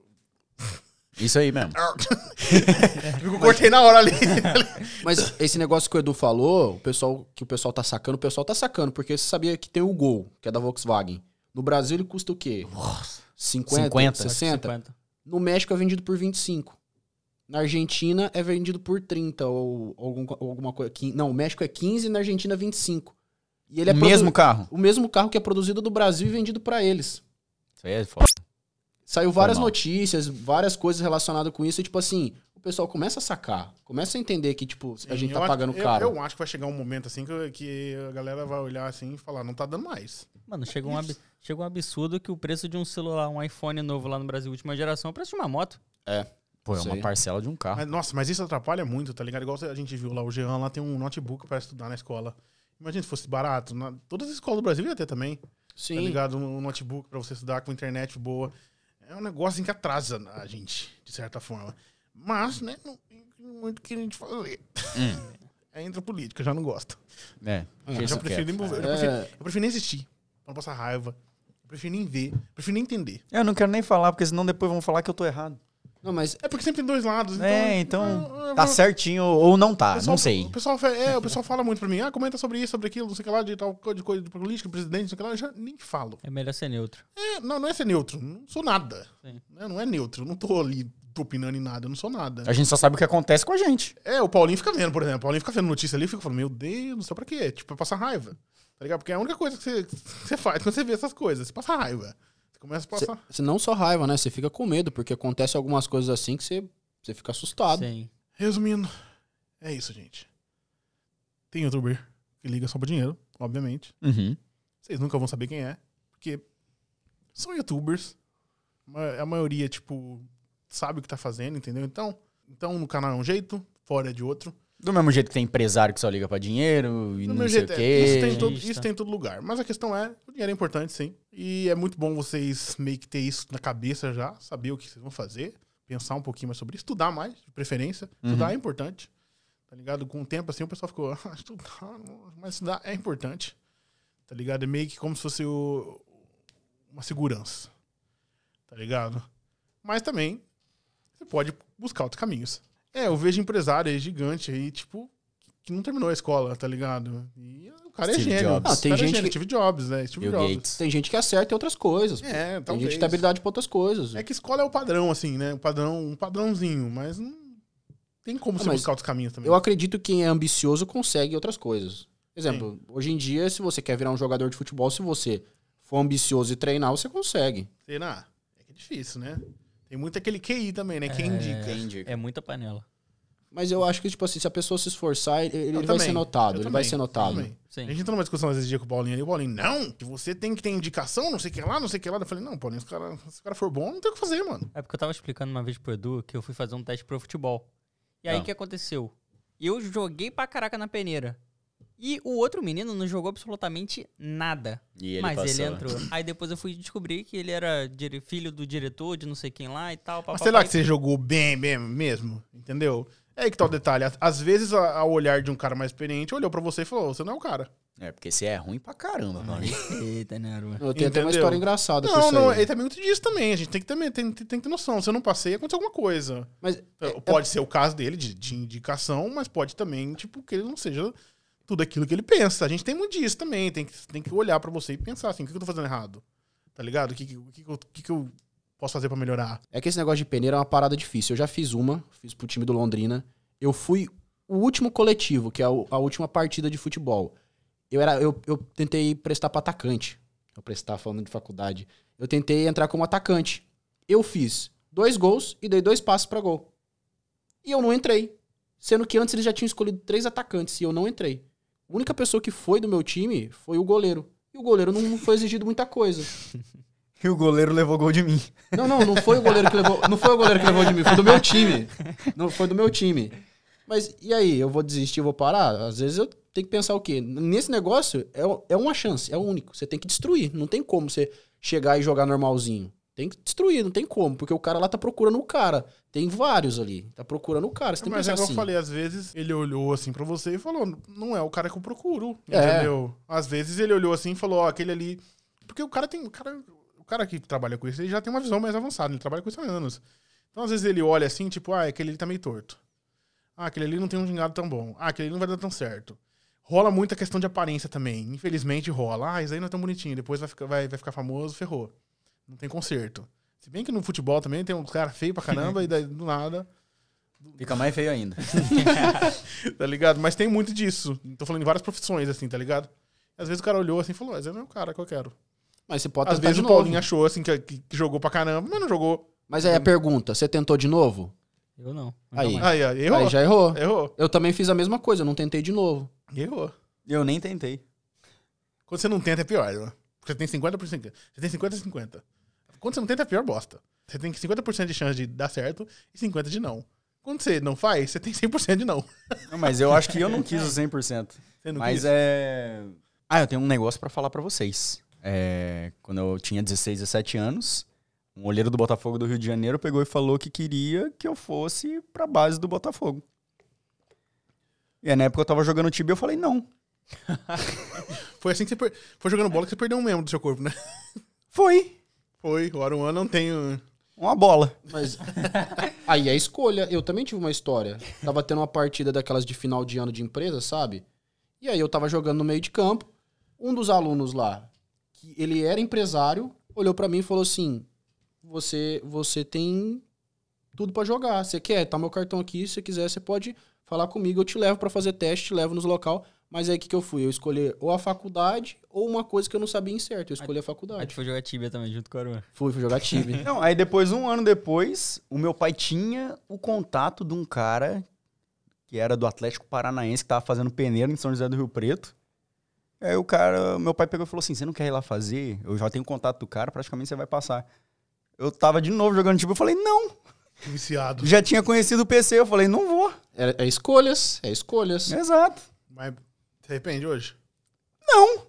Isso aí mesmo. Eu cortei na hora ali. Mas esse negócio que o Edu falou, o pessoal tá sacando, porque você sabia que tem o Gol, que é da Volkswagen. No Brasil ele custa o quê? 50, 60? 50. No México é vendido por 25. Na Argentina é vendido por 30 ou alguma coisa. Não, o México é 15 e na Argentina é 25. E ele é O mesmo carro. O mesmo carro que é produzido do Brasil e vendido pra eles. Isso aí é foda. Saiu várias mal. notícias, várias coisas relacionadas com isso. E, tipo assim, o pessoal começa a sacar. Começa a entender que, tipo, a gente tá pagando caro. Eu acho que vai chegar um momento assim que a galera vai olhar assim e falar, não tá dando mais. Mano, chega um absurdo que o preço de um celular, um iPhone novo lá no Brasil, última geração, é o preço de uma moto. Pô, é Sei. uma parcela de um carro. Mas isso atrapalha muito, tá ligado? Igual a gente viu lá, o Jean lá tem um notebook pra estudar na escola. Imagina se fosse barato. Todas as escolas do Brasil ia ter também. Sim. Tá ligado? Um notebook pra você estudar com internet boa. É um negócio assim, que atrasa a gente, de certa forma. Mas, né, não tem muito o que a gente fazer. Entra política, eu já não gosto. Eu Eu prefiro nem assistir, pra não passar raiva. Eu prefiro nem ver, eu prefiro nem entender. Eu não quero nem falar, porque senão depois vão falar que eu tô errado. Não, mas É porque sempre tem dois lados. Então tá certinho ou não tá, não sei. O pessoal fala muito pra mim, comenta sobre isso, sobre aquilo, não sei o que lá, de tal de coisa de política, presidente, não sei o que lá, eu já nem falo. É melhor ser neutro. Não é ser neutro, não sou nada. Sim. Não é neutro, não tô ali opinando em nada, eu não sou nada. A gente só sabe o que acontece com a gente. O Paulinho fica vendo, por exemplo. O Paulinho fica vendo notícia ali e fica falando, meu Deus, não sei pra quê. Tipo, é passar raiva. Tá ligado? Porque é a única coisa que você faz quando você vê essas coisas. Você passa raiva. Você começa a passar. você não só raiva, né? Você fica com medo, porque acontece algumas coisas assim que você fica assustado. Sim. Resumindo, é isso, gente. Tem youtuber que liga só pra dinheiro, obviamente. Uhum. Vocês nunca vão saber quem é. Porque são youtubers. A maioria, tipo, sabe o que tá fazendo, entendeu? Então no canal é um jeito, fora é de outro. Do mesmo jeito que tem empresário que só liga pra dinheiro e Do não meu sei jeito, o quê. isso tem em todo lugar. Mas a questão é, o dinheiro é importante, sim. E é muito bom vocês meio que ter isso na cabeça já, saber o que vocês vão fazer, pensar um pouquinho mais sobre isso, estudar mais, de preferência. Estudar é importante. Tá ligado? Com o tempo, assim, o pessoal ficou, estudar, mas estudar é importante. Tá ligado? É meio que como se fosse uma segurança. Tá ligado? Mas também, você pode buscar outros caminhos. Eu vejo empresário aí gigante aí, tipo, que não terminou a escola, tá ligado? E o cara Steve é gênio. Jobs. Ah, tem O cara gente é gênio. que- Steve Jobs, né? Steve Bill Jobs. Gates. Tem gente que acerta em outras coisas. Pô. É, Tem talvez. gente que tem habilidade pra outras coisas. É que escola é o padrão, assim, né? Um padrãozinho, mas não tem como você mas buscar outros caminhos também. Eu acredito que quem é ambicioso consegue outras coisas. Exemplo, hoje em dia, se você quer virar um jogador de futebol, se você for ambicioso e treinar, você consegue. Será? É que é difícil, né? Tem muito aquele QI também, né? Quem indica. É muita panela. Mas eu acho que, tipo assim, se a pessoa se esforçar, ele vai também, ser notado. eu Ele também, vai ser eu notado. também. Sim. A gente entrou numa discussão às vezes dia com o Paulinho ali. O Paulinho, não, que você tem que ter indicação, não sei o que lá, não sei o que lá. Eu falei, não, Paulinho, se o cara for bom, não tem o que fazer, mano. É porque eu tava explicando uma vez pro Edu que eu fui fazer um teste pro futebol. E aí o que aconteceu? Eu joguei pra caraca na peneira. E o outro menino não jogou absolutamente nada. E ele Mas passou. ele entrou. Aí depois eu fui descobrir que ele era filho do diretor de não sei quem lá e tal. Mas sei lá que você jogou bem mesmo, entendeu? É aí que tá o detalhe. Às vezes, ao olhar de um cara mais experiente, olhou pra você e falou, você não é o cara. É, porque você é ruim pra caramba, mano. Eita, né, Aru? Eu tenho até uma Entendeu? história engraçada com Não, isso não, aí. ele tem muito disso também. A gente tem que ter noção. Se eu não passei, aconteceu alguma coisa. Mas Pode ser o caso dele, de indicação, mas pode também, tipo, que ele não seja tudo aquilo que ele pensa. A gente tem muito disso também. Tem que olhar pra você e pensar assim, o que eu tô fazendo errado? Tá ligado? O que eu posso fazer pra melhorar? É que esse negócio de peneira é uma parada difícil. Eu já fiz pro time do Londrina. Eu fui o último coletivo, que é a última partida de futebol. Eu tentei prestar pra atacante. Falando de faculdade. Eu tentei entrar como atacante. Eu fiz 2 gols e dei 2 passes pra gol. E eu não entrei. Sendo que antes eles já tinham escolhido 3 atacantes e eu não entrei. A única pessoa que foi do meu time foi o goleiro. E o goleiro não foi exigido muita coisa. E o goleiro levou gol de mim. Não foi o goleiro que levou. Não foi o goleiro que levou de mim, foi do meu time. Não foi do meu time. Mas e aí, eu vou desistir, eu vou parar? Às vezes eu tenho que pensar o quê? Nesse negócio é uma chance, é o único. Você tem que destruir. Não tem como você chegar e jogar normalzinho. Tem que destruir, não tem como, porque o cara lá tá procurando o cara. Tem vários ali. Tá procurando o cara. Você tem que Mas é pensar igual assim. eu falei, às vezes ele olhou assim pra você e falou, não é o cara que eu procuro, É. entendeu? Às vezes ele olhou assim e falou, ó, aquele ali... Porque o cara que trabalha com isso, ele já tem uma visão mais avançada, ele trabalha com isso há anos. Então, às vezes ele olha assim, tipo, aquele ali tá meio torto. Aquele ali não tem um gingado tão bom. Aquele ali não vai dar tão certo. Rola muita questão de aparência também. Infelizmente rola. Isso aí não é tão bonitinho. Depois vai ficar famoso, ferrou. Não tem conserto. Se bem que no futebol também tem um cara feio pra caramba e daí do nada... Fica mais feio ainda. Tá ligado? Mas tem muito disso. Tô falando em várias profissões, assim, tá ligado? Às vezes o cara olhou assim e falou, esse não é o cara que eu quero. Mas você pode Às tentar vezes de o novo. Paulinho achou, assim, que jogou pra caramba, mas não jogou. Mas aí a pergunta, você tentou de novo? Eu não. Aí. Nunca mais. Aí, errou. Aí já errou. Errou. Eu também fiz a mesma coisa, eu não tentei de novo. Errou. Eu nem tentei. Quando você não tenta é pior, né? Porque você tem 50%. Você tem 50-50. Quando você não tenta é pior bosta. Você tem 50% de chance de dar certo e 50% de não. Quando você não faz, você tem 100% de não. Não, mas eu acho que eu não quis o 100%. Você não Mas quis? é... Ah, eu tenho um negócio pra falar pra vocês. Quando eu tinha 16, 17 anos, um olheiro do Botafogo do Rio de Janeiro pegou e falou que queria que eu fosse pra base do Botafogo. E aí, na época eu tava jogando Tibia e eu falei, não. Foi assim que você foi jogando bola que você perdeu um membro do seu corpo, né? Foi. Foi. O Aruan não tem... Uma bola. Mas aí é escolha. Eu também tive uma história. Tava tendo uma partida daquelas de final de ano de empresa, sabe? E aí eu tava jogando no meio de campo. Um dos alunos lá, que ele era empresário, olhou pra mim e falou assim: Você tem tudo pra jogar. Você quer? Tá meu cartão aqui. Se você quiser, você pode falar comigo. Eu te levo pra fazer teste, te levo nos local. Mas aí o que eu fui? Eu escolhi ou a faculdade ou uma coisa que eu não sabia em certo. Eu escolhi a Aí tu faculdade. foi jogar Tibia também, junto com o Aruan. Fui jogar time. Não, aí depois, um ano depois, o meu pai tinha o contato de um cara que era do Atlético Paranaense, que tava fazendo peneira em São José do Rio Preto. Aí meu pai pegou e falou assim, você não quer ir lá fazer? Eu já tenho contato do cara, praticamente você vai passar. Eu tava de novo jogando tipo, eu falei, não. Viciado. Já tinha conhecido o PC, eu falei, não vou. É escolhas, é escolhas. Exato. Mas você arrepende hoje? Não.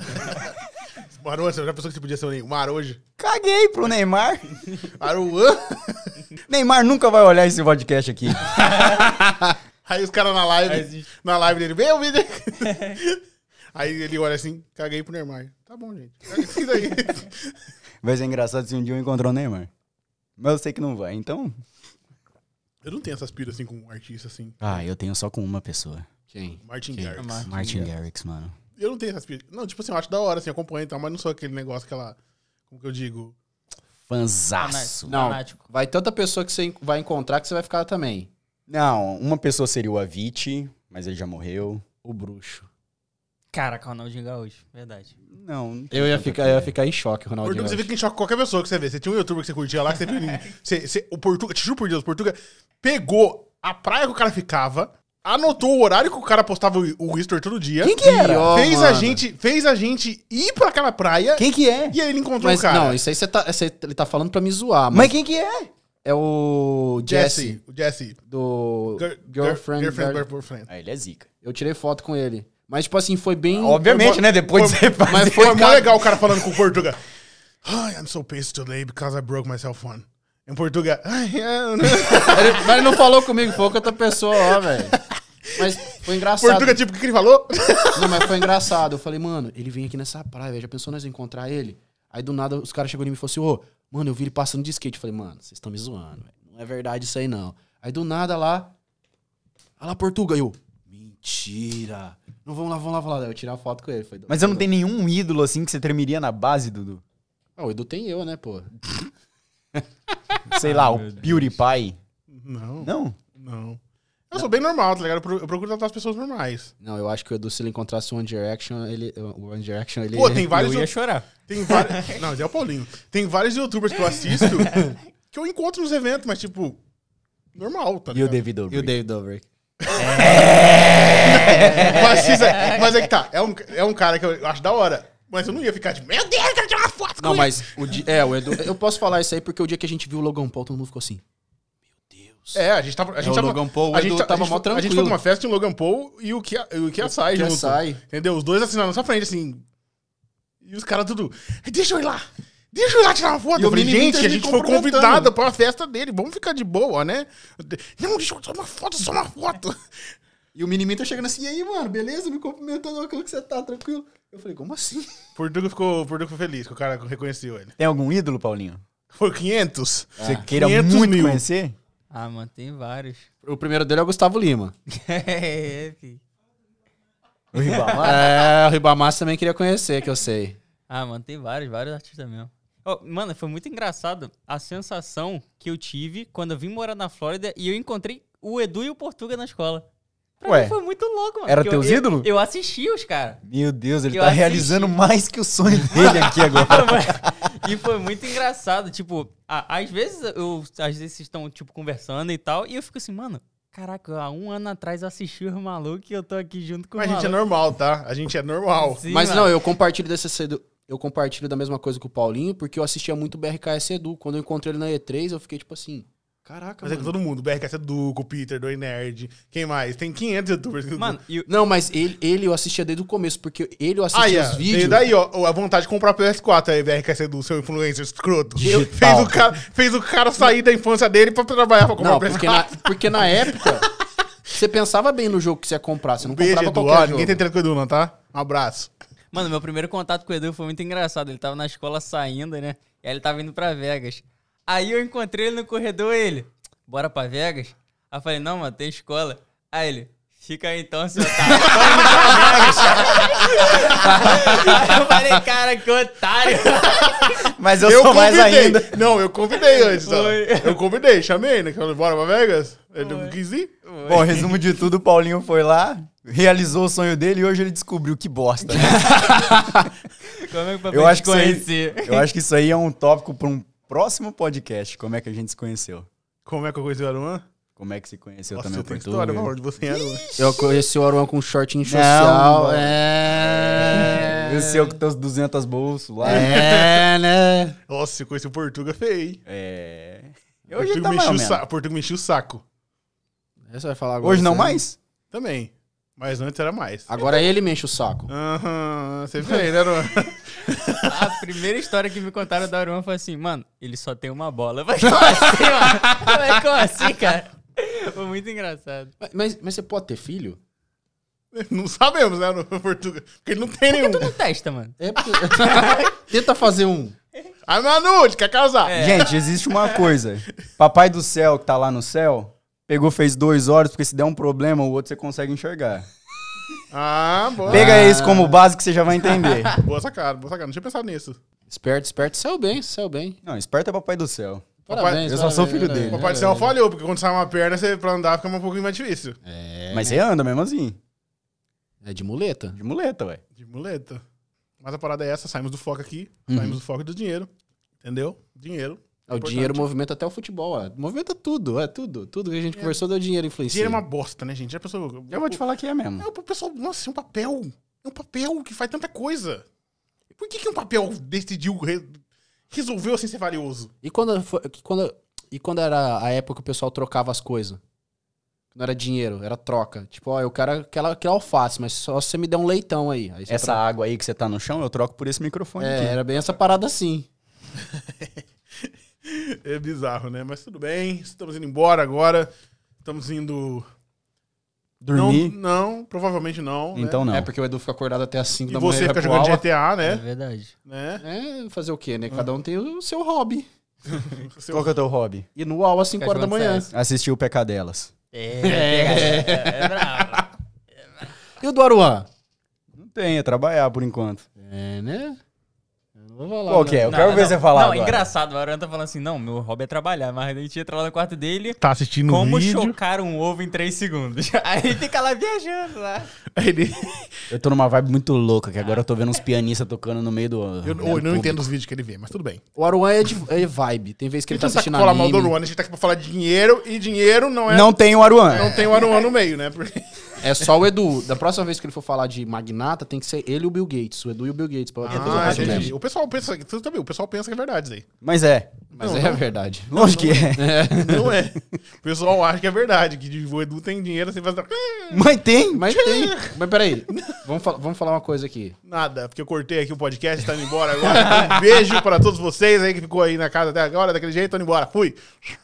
O Aruan, você já pensou que você podia ser o Neymar hoje? Caguei pro Neymar. Aruan? Neymar nunca vai olhar esse podcast aqui. Aí os caras na live dele, vem o vídeo. Aí ele olha assim, caguei pro Neymar. Tá bom, gente. Isso daí. Vai ser engraçado se um dia eu encontrar o Neymar. Mas eu sei que não vai, então... Eu não tenho essas piras assim com um artista assim. Ah, eu tenho só com uma pessoa. Quem? Martin Quem? Garrix. Martin Garrix, mano. Eu não tenho essa experiência. Não, tipo assim, eu acho da hora, assim, acompanho e tal, mas não sou aquele negócio, aquela... Como que eu digo? Fanzaço. Não, Fanático. vai tanta pessoa que você vai encontrar que você vai ficar também. Não, uma pessoa seria o Avicii, mas ele já morreu. O bruxo. Caraca, Ronaldinho Gaúcho, verdade. Não. Eu ia ficar em choque, Ronaldinho. Portuga, você fica em choque com qualquer pessoa que você vê. Você tinha um youtuber que você curtia lá, que você viu... o Portuga, te juro por Deus, o Portuga pegou a praia que o cara ficava, anotou o horário que o cara postava o history todo dia. Quem que era? Pior, Fez a gente ir pra aquela praia. Quem que é? E aí ele encontrou Mas o cara. não, isso aí ele tá falando pra me zoar. Mas quem que é? É o Jesse, O Jesse. do Girlfriend. Girlfriend. Ah, ele é zica. Eu tirei foto com ele. Mas, tipo assim, foi bem... Obviamente, né? Depois de você fazer... mas Foi mó legal o cara falando com o Portuga. Hi, I'm so pissed today because I broke my cell phone. Em Portuga. Mas ele não falou comigo, falou com outra pessoa lá, velho. Mas foi engraçado. Portuga, tipo, o que ele falou? Não, mas foi engraçado. Eu falei, mano, ele vem aqui nessa praia, velho. Já pensou nós encontrar ele? Aí do nada os caras chegou em mim e falaram assim, ô, mano, eu vi ele passando de skate. Eu falei, mano, vocês estão me zoando, velho. Não é verdade isso aí, não. Aí do nada lá. Olha lá, Portuga. Eu, mentira. Não, vamos lá. Daí eu tirar a foto com ele. Foi Mas eu não tenho nenhum ídolo assim que você tremeria na base, Dudu. Ah, o Edu tem eu, né, pô? Sei lá, o PewDiePie. Não. Não? Eu sou bem normal, tá ligado? Eu procuro tratar as pessoas normais. Não, eu acho que o Edu, se ele encontrasse o One Direction, ele... Pô, tem vários... Eu ia chorar. Tem vários... Não, esse é o Paulinho. Tem vários youtubers que eu assisto que eu encontro nos eventos, mas tipo... Normal, tá E o ligado? David E o Dobrik? David Dobrik. Mas é que tá. É um cara que eu acho da hora. Mas eu não ia ficar tipo, meu Deus, eu quero tirar uma foto com Não, ele. mas o Edu... Eu posso falar isso aí porque o dia que a gente viu o Logan Paul, todo mundo ficou assim... Meu Deus. É, a gente tava... o Logan Paul, o Edu tava mó A gente tranquilo. foi numa festa, tinha o Logan Paul e o Kiasai junto. Kiasai. Entendeu? Os dois assinaram na sua frente, assim. E os caras tudo... Deixa eu ir lá tirar uma foto. E Eu o falei, menino gente, a me gente foi cumprimentando. convidado pra festa dele. Vamos ficar de boa, né? Não, deixa eu só uma foto. E o menininho tá chegando assim, e aí, mano, beleza? Me cumprimentando, como que você tá, tranquilo? Eu falei, como assim? Portuga ficou feliz que o cara reconheceu ele. Tem algum ídolo, Paulinho? Foi 500? Você queira 500 muito mil. conhecer? Ah, mano, tem vários. O primeiro dele é o Gustavo Lima. Fi. O Ribamar? É, o Ribamar também queria conhecer, que eu sei. Ah, mano, tem vários artistas mesmo. Oh, mano, foi muito engraçado a sensação que eu tive quando eu vim morar na Flórida e eu encontrei o Edu e o Portuga na escola. Pra Ué, mim foi muito louco, mano. era porque teus ídolos? Eu assisti os caras. Meu Deus, ele Eu tá assisti. realizando mais que o sonho dele aqui agora. E foi muito engraçado. Tipo, às vezes vocês estão, tipo, conversando e tal, e eu fico assim, mano, caraca, há 1 ano atrás eu assisti os malucos e eu tô aqui junto com Mas os a gente é malucos. normal, tá? A gente é normal. Sim, Mas mano. não, eu compartilho eu compartilho da mesma coisa que o Paulinho, porque eu assistia muito o BRKS Edu. Quando eu encontrei ele na E3, eu fiquei tipo assim, caraca, Mas é com mano. todo mundo. O BRKS é Duco, o Peter, do Nerd. Quem mais? Tem 500 youtubers. Mano, e Não, mas ele eu assistia desde o começo, porque ele eu assistia os vídeos. Veio daí, ó, a vontade de comprar PS4 aí, BRKS Edu, seu influencer escroto. Digital. Fez o cara sair da infância dele pra trabalhar pra comprar Não, o PS4. porque na época, você pensava bem no jogo que você ia comprar, você não Beijo, comprava Edu. qualquer Ó, jogo. ninguém tem treta com o Edu, não, tá? Um abraço. Mano, meu primeiro contato com o Edu foi muito engraçado. Ele tava na escola saindo, né? E aí ele tava indo pra Vegas. Aí eu encontrei ele no corredor, ele, bora pra Vegas? Aí eu falei, não, mano, tem escola. Aí ele, fica aí então, seu otário. Aí eu falei, cara, que otário. Mas eu sou mais ainda. Não, eu convidei antes, ó. Foi. Eu convidei, chamei, né? Que eu falei, bora pra Vegas? Ele não quis ir. Bom, resumo de tudo, o Paulinho foi lá, realizou o sonho dele e hoje ele descobriu que bosta, né? Como é que Eu acho que isso aí- conhecer? Eu acho que isso aí é um tópico para um próximo podcast. Como é que a gente se conheceu? Como é que eu conheci o Aruan? Como é que se conheceu Nossa, também eu o tenho Portuga? história, por favor, de você em Aruan. Eu conheci o Aruan com um shortinho social. mano. É. O seu com teus 200 bolsos lá. É, né? Nossa, eu conheci o Portuga feio. É. O Hoje Portuga tá me mais ou encheu o menos. saco. O Portuga me encheu o saco. Você vai falar agora. Hoje não você. mais? Também. Mas antes era mais. Agora ele me enche o saco. Aham, você vê, né, Aruan? A primeira história que me contaram da Aruan foi assim, mano, ele só tem uma bola. Eu falei, como assim, mano? Eu falei, como assim, cara? Foi muito engraçado. Mas você pode ter filho? Não sabemos, né, no Portuga? Porque ele não tem nenhum. Tu não testa, mano. É porque... Tenta fazer um. Ah, Manu, ele quer casar. É. Gente, existe uma coisa. Papai do céu que tá lá no céu, Pegou, fez 2 olhos, porque se der um problema, o outro você consegue enxergar. Ah, boa. Pega esse como base que você já vai entender. Boa sacada, boa sacada. Não tinha pensado nisso. Esperto, esperto. Saiu bem. Não, esperto é papai do céu. Parabéns. eu só sou parabéns, filho dele. O Papai do Céu falhou, porque quando sai uma perna, você pra andar fica um pouquinho mais difícil. Mas você anda mesmo assim. É de muleta. De muleta, ué. De muleta. Mas a parada é essa, saímos do foco aqui, saímos do foco do dinheiro. Entendeu? Dinheiro. O dinheiro movimenta até o futebol, ó. Movimenta tudo, tudo. Tudo que a gente conversou deu dinheiro influencia. Dinheiro é uma bosta, né, gente? Já pensou... Eu vou te falar que é mesmo. É, o pessoal, nossa, é um papel. É um papel que faz tanta coisa. E por que um papel decidiu, resolveu assim ser valioso? E quando era a época que o pessoal trocava as coisas? Não era dinheiro, era troca. Tipo, ó, eu quero aquela alface, mas só se você me der um leitão aí. Você Essa água aí que você tá no chão, eu troco por esse microfone aqui. era bem essa parada assim. É bizarro, né? Mas tudo bem, estamos indo embora agora. Estamos indo... Dormir? Não, provavelmente não. Então né? não. É porque o Edu fica acordado até as 5 E da manhã. você vai fica pro jogando aula. GTA, É né? verdade. né? Fazer o quê, né? Cada um tem o seu hobby. Qual que é o teu hobby? E no UOL às 5 horas da manhã. Assistir o Pecadelas. É bravo. E o do Aruan? Não tem, é trabalhar por enquanto. Né? Eu não vou falar. Qual que é? Eu quero ver Não, você falar Não, agora. engraçado, o Aran tá falando assim, não, meu hobby é trabalhar, mas a gente entra lá no quarto dele, Tá assistindo um como vídeo. chocar um ovo em 3 segundos. Aí fica lá viajando lá. Aí ele... Eu tô numa vibe muito louca, que agora eu tô vendo uns pianistas tocando no meio do... Eu não entendo os vídeos que ele vê, mas tudo bem. O Aruan é vibe. Tem vezes que ele tá A gente não assistindo tá aqui pra falar mal anime. do Aruan, a gente tá aqui pra falar de dinheiro, e dinheiro não é... Não tem o Aruan. Não tem o Aruan no meio, né? Porque... É só o Edu. Da próxima vez que ele for falar de magnata, tem que ser ele e o Bill Gates. O Edu e o Bill Gates. Pra fazer o Ah, podcast. entendi. O pessoal pensa... Você também, o pessoal pensa que é verdade isso aí. Mas é. Mas Não, é não. a verdade. Lógico que é. Não é. O pessoal acha que é verdade, que o Edu tem dinheiro, você faz... Mas tem. Mas tem. Mas peraí. Vamos falar uma coisa aqui. Nada, porque eu cortei aqui o podcast, tá indo embora agora. Um beijo pra todos vocês aí que ficou aí na casa até agora, daquele jeito, tô indo embora. Fui.